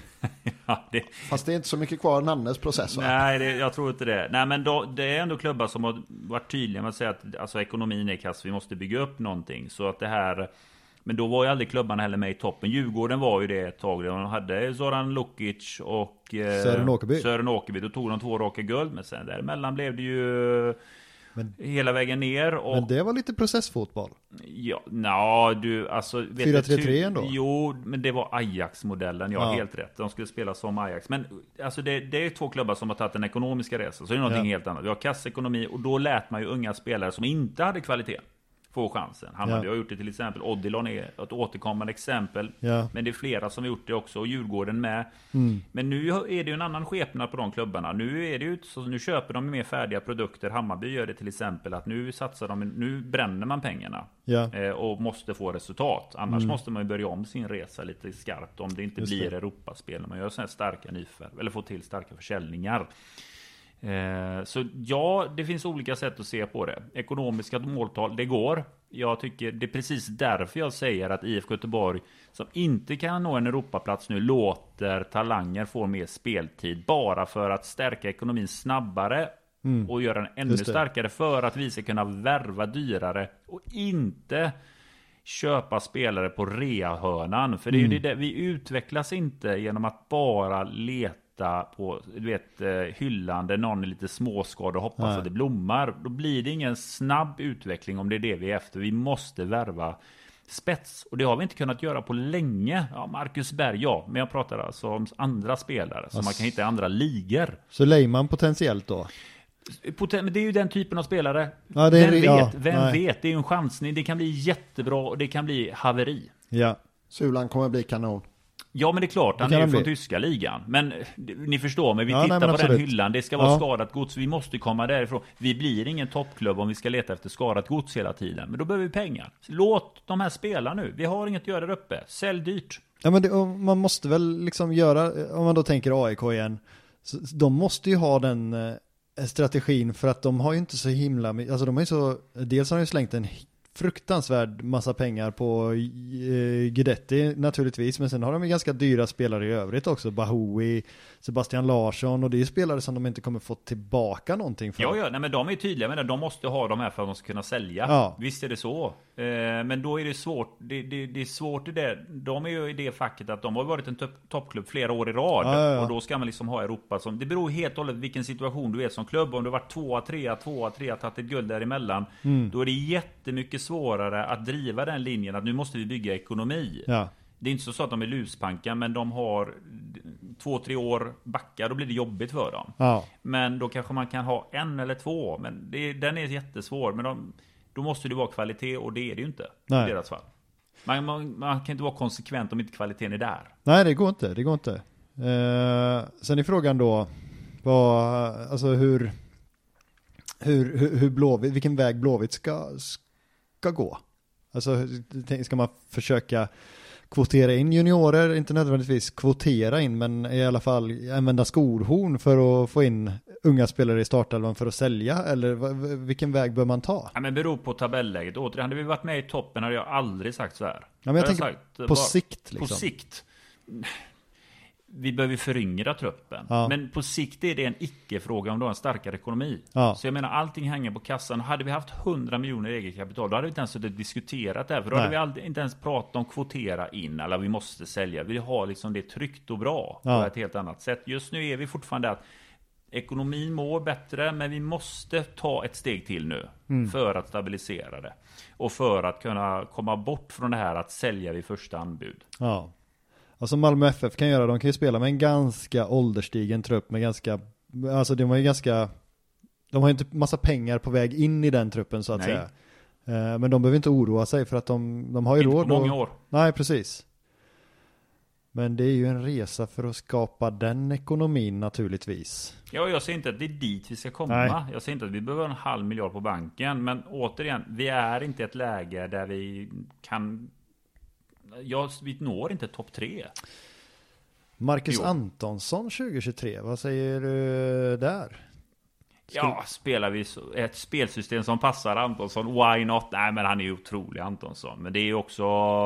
Ja, det, Fast det är inte så mycket kvar Nannes process, va? nej, det, jag tror inte det. Nej, men då, det är ändå klubbar som har varit tydliga med att säga att alltså, ekonomin är kass, vi måste bygga upp någonting. Så att det här... Men då var ju aldrig klubbarna heller med i toppen. Djurgården var ju det ett tag. De hade Zoran Lukic och eh, Sören Åkerby. Sören Åkerby. Då tog de två raka guld. Men sen däremellan blev det ju Men- hela vägen ner. Och, Men det var lite processfotboll. ja, na, du, alltså... vet fyra du, tre tre ty- ändå? Jo, men det var Ajax-modellen. Jag har Ja. helt rätt. De skulle spela som Ajax. Men alltså det, det är två klubbar som har tagit den ekonomiska resan. Så det är någonting Ja. helt annat. Vi har kassekonomi och då lät man ju unga spelare som inte hade kvalitet få chansen. Hammarby Ja. har gjort det till exempel. Odilon är ett återkommande exempel. Ja. Men det är flera som har gjort det också. Och Djurgården med. Mm. Men nu är det ju en annan skepnad på de klubbarna. Nu är det ju så, nu köper de mer färdiga produkter. Hammarby gör det till exempel att nu satsar de, nu bränner man pengarna. Ja. Eh, och måste få resultat. Annars måste man ju börja om sin resa lite skarpt om det inte Just blir det. Europaspel. När man gör sådana här starka nyförvärv eller får till starka försäljningar. Eh, så ja, det finns olika sätt att se på det. Ekonomiska måltal, det går. Jag tycker det är precis därför jag säger att I F K Göteborg, som inte kan nå en Europaplats nu, låter talanger få mer speltid bara för att stärka ekonomin snabbare och göra den ännu Just det. starkare, för att vi ska kunna värva dyrare och inte köpa spelare på reahörnan. För det är ju det där, vi utvecklas inte genom att bara leta på, du vet, eh, hyllan där någon är lite småskadad och hoppas Nej. att det blommar. Då blir det ingen snabb utveckling om det är det vi är efter. Vi måste värva spets. Och det har vi inte kunnat göra på länge. Ja, Marcus Berg, ja. Men jag pratar alltså om andra spelare som man kan hitta i andra ligor. Så Leyman potentiellt då? Poten- Men det är ju den typen av spelare. Ja, det är- Vem vet? ja, Vem nej. vet? Det är ju en chansning. Det kan bli jättebra och det kan bli haveri. Ja. Sulan kommer bli kanon. Ja, men det är klart, han kan är ju han från bli. tyska ligan. Men eh, ni förstår mig, vi Ja, tittar nej, men på den absolut. hyllan. Det ska vara Ja. skadat gods. Vi måste komma därifrån. Vi blir ingen toppklubb om vi ska leta efter skadat gods hela tiden. Men då behöver vi pengar. Låt de här spela nu. Vi har inget att göra där uppe. Sälj dyrt. Ja, men det, och man måste väl liksom göra, om man då tänker A I K igen, Så de måste ju ha den eh, strategin för att de har ju inte så himla, alltså de är så, dels har de ju slängt en fruktansvärd massa pengar på eh, Guidetti naturligtvis, men sen har de ju ganska dyra spelare i övrigt också, Bahoui, Sebastian Larsson, och det är spelare som de inte kommer få tillbaka någonting för. Ja, ja, nej, men de är tydliga med det. De måste ha de här för att de ska kunna sälja. Ja. Visst är det så. Eh, men då är det svårt. Det, det, det är svårt i det. De är ju i det facket att de har varit en top, toppklubb flera år i rad. Ja, ja, ja. Och då ska man liksom ha Europa som... Det beror helt och hållet vilken situation du är som klubb. Om du har varit tvåa, trea, tvåa, trea, tagit ett guld däremellan. Mm. Då är det jättemycket svårare att driva den linjen att nu måste vi bygga ekonomi. Ja. Det är inte så att de är luspanka, men de har två, tre år backar, då blir det jobbigt för dem. Ja. Men då kanske man kan ha en eller två, men det, den är jättesvår. Men de, då måste det vara kvalitet, och det är det ju inte. Nej. I deras fall. Man, man, man kan inte vara konsekvent om inte kvaliteten är där. Nej, det går inte, det går inte. Eh, sen är frågan då, vad, alltså hur, hur, hur, hur Blåvitt, vilken väg Blåvitt ska, ska gå. Alltså ska man försöka kvotera in juniorer, inte nödvändigtvis kvotera in, men i alla fall använda skohorn för att få in unga spelare i startelvan för att sälja, eller vilken väg bör man ta? Ja, men beror på tabelläget. Återigen, hade vi varit med i toppen hade jag aldrig sagt så här. Ja, men jag, jag tänker sagt, på bara, sikt liksom. På sikt. Vi behöver föryngra truppen. Ja. Men på sikt är det en icke-fråga om du har en starkare ekonomi. Ja. Så jag menar, allting hänger på kassan. Hade vi haft hundra miljoner eget kapital, då hade vi inte ens diskuterat det här. För då Nej. hade vi aldrig, inte ens pratat om kvotera in, eller vi måste sälja. Vi har liksom det tryggt och bra Ja. på ett helt annat sätt. Just nu är vi fortfarande att ekonomin mår bättre, men vi måste ta ett steg till nu mm. för att stabilisera det. Och för att kunna komma bort från det här att sälja vid första anbud. Ja. Alltså Malmö F F kan göra, de kan ju spela med en ganska ålderstigen trupp med ganska, alltså de har ju ganska, de har ju inte massa pengar på väg in i den truppen så att Nej. säga. Eh, men de behöver inte oroa sig för att de, de har ju inte råd. På många och, år. Nej, precis. Men det är ju en resa för att skapa den ekonomin naturligtvis. Ja, jag säger inte att det är dit vi ska komma. Nej. Jag säger inte att vi behöver en halv miljard på banken. Men återigen, vi är inte i ett läge där vi kan... Ja, vi når inte topp tre. Marcus Jo. Antonsson tjugohundratjugotre, vad säger du där? Ja, spelar vi så, ett spelsystem som passar Antonsson, why not? Nej, men han är ju otrolig, Antonsson. Men det är ju också...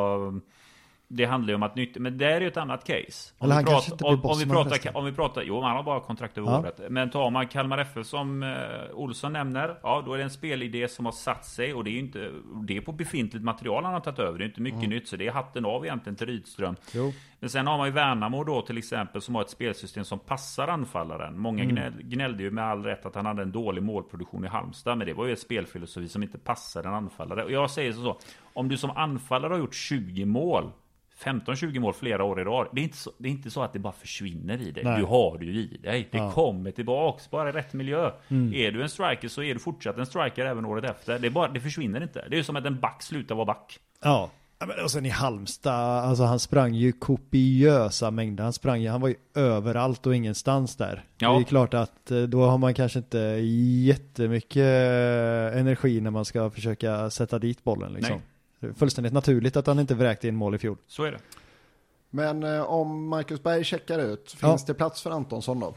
Det handlar ju om att nytt, men det är ju ett annat case. Om Eller vi han kanske pratar, inte blir om, om vi bossman pratar, resten. om vi pratar, jo, han har bara kontrakt över Ja. året. Men tar man Kalmar F F som eh, Olsson nämner, ja, då är det en spelidé som har satt sig, och det är ju inte, det är på befintligt material han har tagit över. Det är inte mycket mm. nytt, så det är hatten av egentligen till Rydström. Jo. Men sen har man ju Värnamo då till exempel, som har ett spelsystem som passar anfallaren. Många Mm. gnäll, gnällde ju med all rätt att han hade en dålig målproduktion i Halmstad, men det var ju ett spelfilosofi som inte passar en anfallare. Och jag säger så, om du som anfallare har gjort tjugo mål, femton tjugo mål flera år i rad, det är inte så, det är inte så att det bara försvinner i dig. Nej. Du har det ju i dig. Det Ja. kommer tillbaks, bara i rätt miljö. Mm. Är du en striker så är du fortsatt en striker även året efter. Det, är bara, det försvinner inte. Det är ju som att en back slutar vara back. Ja. Ja, men och sen i Halmstad, alltså han sprang ju kopiösa mängder. Han sprang ju, han var ju överallt och ingenstans där. Ja. Det är klart att eh, då har man kanske inte jättemycket eh, energi när man ska försöka sätta dit bollen liksom. Nej. Det är fullständigt naturligt att han inte vräkte in mål i fjol. Så är det. Men eh, om Marcus Berg checkar ut, finns Ja. det plats för Antonsson då?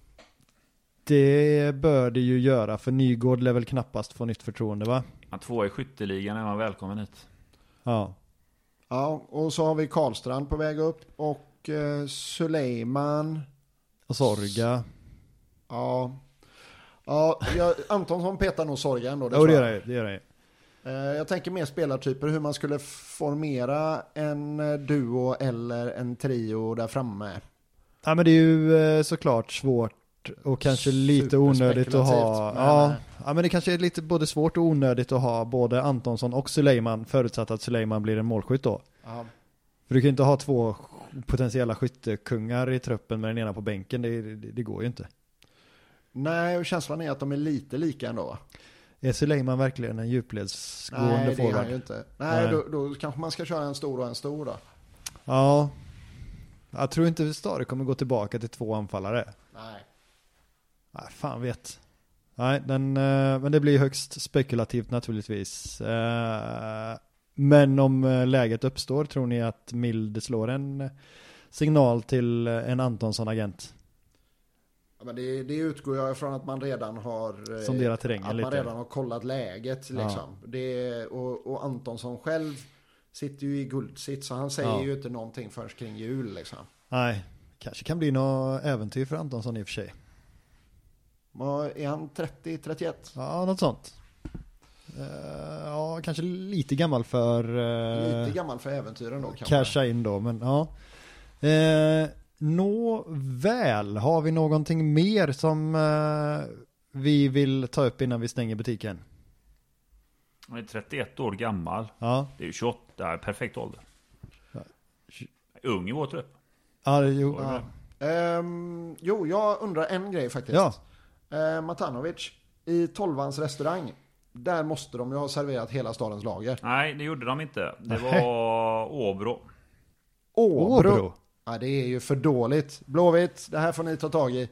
Det bör det ju göra, för Nygård lär väl knappast få nytt förtroende, va? Han två i skytteligan, är man välkommen hit. Ja. Ja, och så har vi Karlstrand på väg upp och eh, Suleiman. Och Sorga. Ja, ja jag, Antonsson petar nog Sorga ändå. Det Ja, det tror gör jag. det, det gör det. Eh, jag tänker mer spelartyper, hur man skulle formera en eh, duo eller en trio där framme. Ja, men det är ju eh, såklart svårt och kanske lite onödigt att ha. Men, Ja, eh, ja, men det kanske är lite både svårt och onödigt att ha både Antonsson och Suleiman, förutsatt att Suleiman blir en målskytt då. ja. För du kan ju inte ha två potentiella skyttekungar i truppen med den ena på bänken, det, det, det går ju inte. Nej, och känslan är att de är lite lika ändå, va? Är Suleiman verkligen en djupledsgående Nej, det är forward? han ju inte. Nej, Nej. Då, då kanske man ska köra en stor och en stor då. Ja. Jag tror inte Stare kommer gå tillbaka till två anfallare. Nej. Nej, fan vet. Nej, den, eh, men det blir högst spekulativt naturligtvis. Eh, Men om eh, läget uppstår, tror ni att Mild slår en signal till en Antonsson-agent? Men det, det utgår jag ifrån att man redan har sonderat terrängen att lite. man redan har kollat läget liksom. Ja. Det, och, och Antonsson själv sitter ju i guldsitt, så han säger ja. ju inte någonting först kring jul liksom. Nej, kanske kan bli något äventyr för Antonsson i och för sig. Är han trettio trettioett? Ja, något sånt. Uh, ja, kanske lite gammal för uh, lite gammal för äventyren då kanske. Casha in då, men ja. Uh, Nå väl, har vi någonting mer som uh, vi vill ta upp innan vi stänger butiken? Han är trettioett år gammal. Ja. Det är ju tjugoåtta, perfekt ålder. Ja. Ung i vår trupp. Ja, jo. Ja. Um, jo, jag undrar en grej faktiskt. Ja. Uh, Matanovic i tolvans restaurang. Där måste de ju ha serverat hela stadens lager. Nej, det gjorde de inte. Det var Åbro. Åbro? Åbro. Ja, det är ju för dåligt. Blåvitt, det här får ni ta tag i.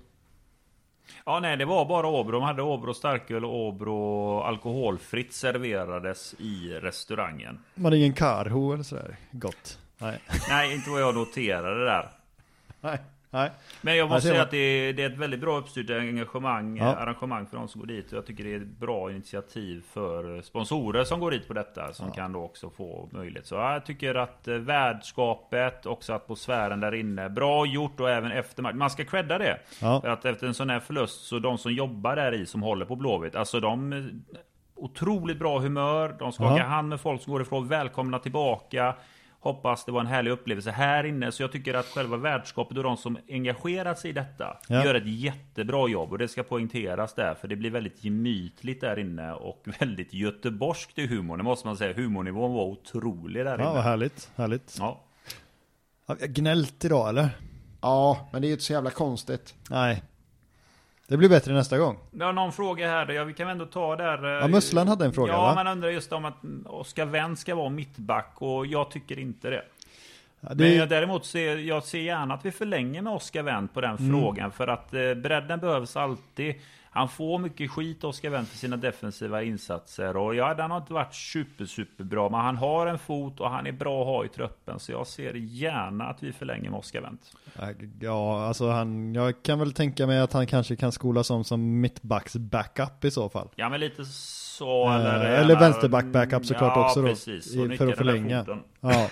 Ja, nej, det var bara Åbro. De hade Åbro starköl och Åbro alkoholfritt serverades i restaurangen. Man är ingen karho eller sådär. Gott. Nej. Nej, inte vad jag noterade där. Nej. Nej. Men jag måste säga att det är, det är ett väldigt bra uppstyrt engagemang, ja. arrangemang för de som går dit. Och jag tycker det är ett bra initiativ för sponsorer som går dit på detta, som ja. kan då också få möjlighet. Så jag tycker att värdskapet, också atmosfären där inne, bra gjort, och även efter match. Man ska credda det. Ja. För att efter en sån här förlust, så de som jobbar där i, som håller på Blåvitt, alltså de otroligt bra humör, de skakar ja. hand med folk som går ifrån, välkomna tillbaka. Hoppas det var en härlig upplevelse här inne. Så jag tycker att själva värdskapet och de som engagerat sig i detta ja. gör ett jättebra jobb. Och det ska poängteras där. För det blir väldigt gemytligt där inne. Och väldigt göteborgskt i humorn. Det måste man säga. Humornivån var otrolig där inne. Ja, vad härligt. härligt. Ja. Har vi gnällt idag eller? Ja, men det är ju inte så jävla konstigt. Nej. Det blir bättre nästa gång. Vi har någon fråga här. Ja, vi kan ändå ta där. Ja, Musslan hade en fråga, ja, va? man undrar just om att Oskar Wendt ska vara mittback. Och jag tycker inte det. Ja, det... Men jag däremot ser jag ser gärna att vi förlänger med Oskar Wendt på den mm. frågan. För att eh, bredden behövs alltid. Han får mycket skit, Oskar Wendt, för sina defensiva insatser. Och ja, den har inte varit super, super bra. Men han har en fot och han är bra att ha i truppen. Så jag ser gärna att vi förlänger med Oskar Wendt. Ja, alltså han, jag kan väl tänka mig att han kanske kan skolas om som mittbacks backup i så fall. Ja, men lite så. Eh, eller eller vänsterback backup såklart ja, också precis, då. I, för att förlänga. Ja.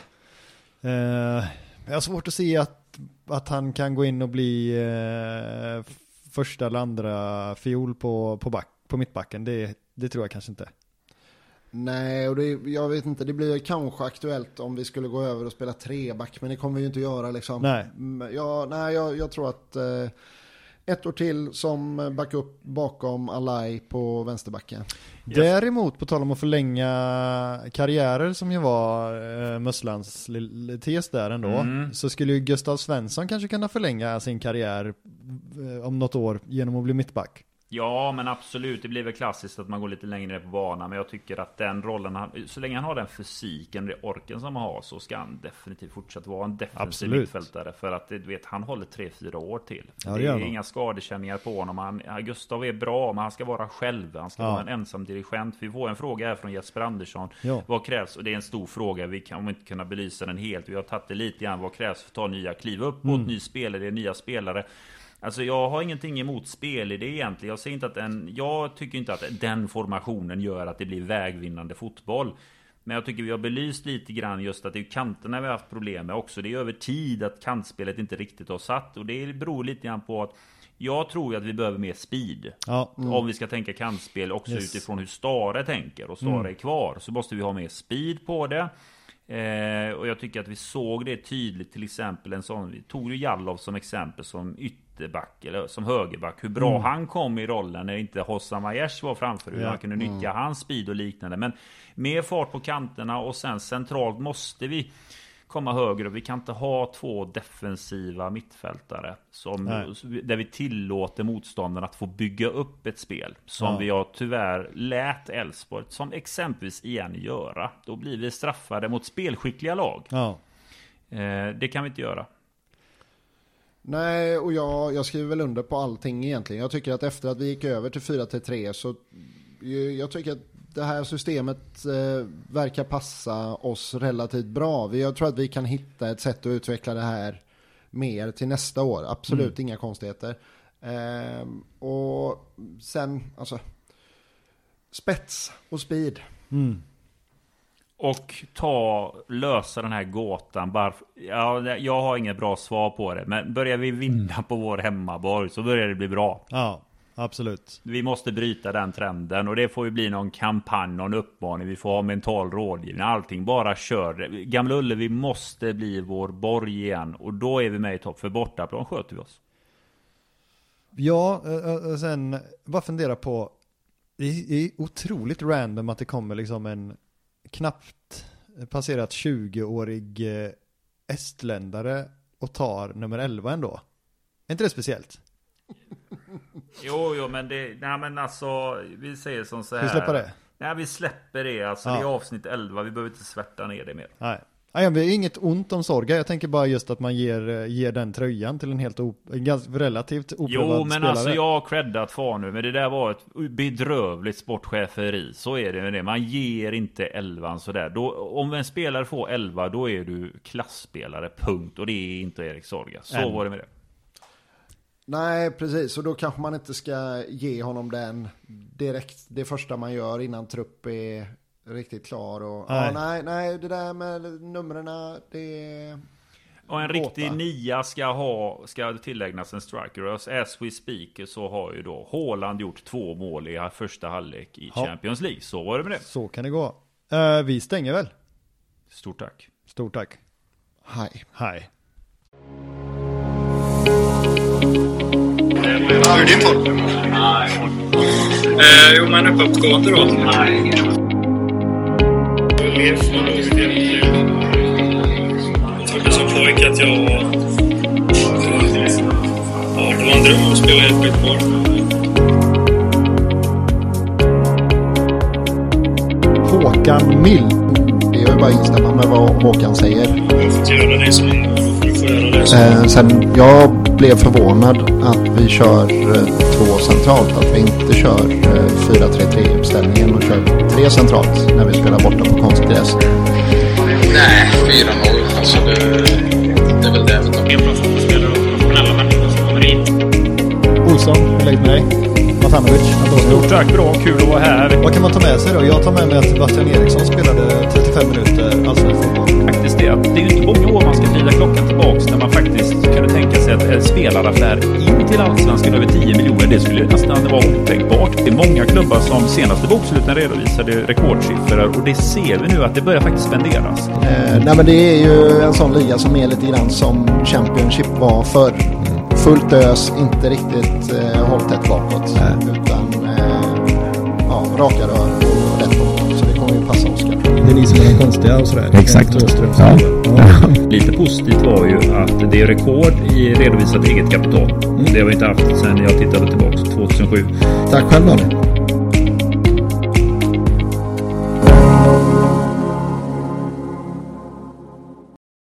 Eh, jag har svårt att se att, att han kan gå in och bli eh, första eller andra fiol på, på, back, på mittbacken. Det, det tror jag kanske inte. Nej, och det, jag vet inte, det blir kanske aktuellt om vi skulle gå över och spela treback, men det kommer vi ju inte göra liksom. Nej, ja, nej jag, jag tror att eh, ett år till som backup bakom Alai på vänsterbacken. Yes. Däremot, på tal om att förlänga karriärer som ju var eh, Musslans tes där ändå, mm. så skulle ju Gustav Svensson kanske kunna förlänga sin karriär eh, om något år genom att bli mittback. Ja, men absolut. Det blir väl klassiskt att man går lite längre ner på banan. Men jag tycker att den rollen, så länge han har den fysiken, det orken som han har, så ska han definitivt fortsätta vara en defensiv absolut. mittfältare. För att du vet, han håller tre fyra år till. Ja, det, det är är inga skadekänningar på honom. Han, Gustav är bra, men han ska vara själv. Han ska ja. vara en ensam dirigent. Vi får en fråga här från Jesper Andersson. Ja. Vad krävs? Och det är en stor fråga. Vi kan inte kunna belysa den helt. Vi har tagit det lite grann. Vad krävs för att ta nya kliv upp mot mm. ny spelare? Det är nya spelare. Alltså jag har ingenting emot spel i det egentligen. Jag ser inte att en, jag tycker inte att den formationen gör att det blir vägvinnande fotboll. Men jag tycker vi har belyst lite grann just att det är kanterna vi har haft problem med också. Det är över tid att kantspelet inte riktigt har satt. Och det beror lite grann på att jag tror att vi behöver mer speed. Ja. Mm. Om vi ska tänka kantspel också yes. utifrån hur Stare tänker. Och Stare mm. är kvar. Så måste vi ha mer speed på det. Eh, och jag tycker att vi såg det tydligt, till exempel en sån, vi tog ju Jallov som exempel som ytterback eller som högerback, hur bra mm. han kom i rollen när inte Hossam Aiesh var framför, hur ja. han kunde nyttja mm. hans speed och liknande. Men mer fart på kanterna, och sen centralt måste vi komma högre. Vi kan inte ha två defensiva mittfältare som, där vi tillåter motståndaren att få bygga upp ett spel som ja. vi har tyvärr lät Elfsborg som exempelvis igen göra. Då blir vi straffade mot spelskickliga lag. Ja. Eh, det kan vi inte göra. Nej, och jag, jag skriver väl under på allting egentligen. Jag tycker att efter att vi gick över till fyra till tre så jag tycker att det här systemet eh, verkar passa oss relativt bra. Vi, jag tror att vi kan hitta ett sätt att utveckla det här mer till nästa år. Absolut mm. inga konstigheter. Eh, och sen, alltså, spets och speed. Mm. Och ta, lösa den här gåtan. Bara, ja, jag har inget bra svar på det. Men börjar vi vinna på vår hemmaborg så börjar det bli bra. Ja, absolut. Vi måste bryta den trenden. Och det får ju bli någon kampanj, någon uppmaning. Vi får ha mental rådgivning. Allting, bara kör. Gamla Ullevi måste bli vår borg igen. Och då är vi med i topp. För bortaplan sköter vi oss. Ja, och sen bara fundera på. Det är otroligt random att det kommer liksom en knappt passerat tjugo-årig estländare och tar nummer elva ändå. Är inte det speciellt? Jo, jo, men det, nej men alltså, vi säger som så här. Vi släpper det? Nej, vi släpper det, alltså ja. Det är avsnitt elva, vi behöver inte svärta ner det mer. Nej. Nej, det är inget ont om Sorga. Jag tänker bara just att man ger, ger den tröjan till en helt op, en ganska relativt oprövad spelare. Jo, men spelare. Alltså jag har creddat för nu, men det där var ett bedrövligt sportcheferi. Så är det med det. Man ger inte elvan sådär. Då, om en spelare får elva, då är du klassspelare, punkt. Och det är inte Erik Sorga. Så Än. var det med det. Nej, precis. Och då kanske man inte ska ge honom den direkt. Det första man gör innan trupp är riktigt klar. Och, nej. Ja, nej, nej, det där med numren, det... Och en riktig nia ska ha, ska tillägnas en striker. Och as we speak så har ju då Haaland gjort två mål i första halvlek i ja. Champions League. Så var det med det. Så kan det gå. Uh, vi stänger väl? Stort tack. Stort tack. Hej. Hej. Hur är din form? Nej. Eh, jo, men uppåtgående då. Nej. Jag lever från det som pojke att jag ja, det var en dröm att spela ett mittmål. Håkan Mill. Det är ju bara instämma med vad Håkan säger. Jag får göra det som du får göra det som. Eh, sen jag blev förvånad att vi kör eh, två centralt. Att vi inte kör eh, fyra tre tre-uppställningen och kör tre centralt när vi spelar borta på konstgräs. Nej, fyra noll. Alltså det, det är väl det vi tar. En professionella professionella människor som kommer in. Olsson, hur lägger med dig? Matanovic, Stort tack, bra, kul att vara här. Vad kan man ta med sig då? Jag tar med mig att Sebastian Eriksson spelade trettiofem minuter allsvensk fotboll. Faktiskt det, det är ju inte många år man ska vrida klockan tillbaks när man faktiskt kunde tänka sig att en spelaraffär in till allsvenskan över tio miljoner, det skulle nästan vara otänkbart. Det är många klubbar som senaste boksluten redovisade rekordsiffror och det ser vi nu att det börjar faktiskt spenderas. Eh, nej men det är ju en sån liga som är lite grann som Championship var förr. Fullt ös, inte riktigt eh, hållt ett bakåt. Nej. Utan eh, ja, raka rör och rätt bakåt. Så det kommer ju passa Oskar. Det är ni som är konstiga och sådär. Exakt. Ja. Ja. Lite positivt var ju att det är rekord i redovisat eget kapital. Mm. Det har vi inte haft sedan jag tittade tillbaka tjugohundrasju. Tack själv då.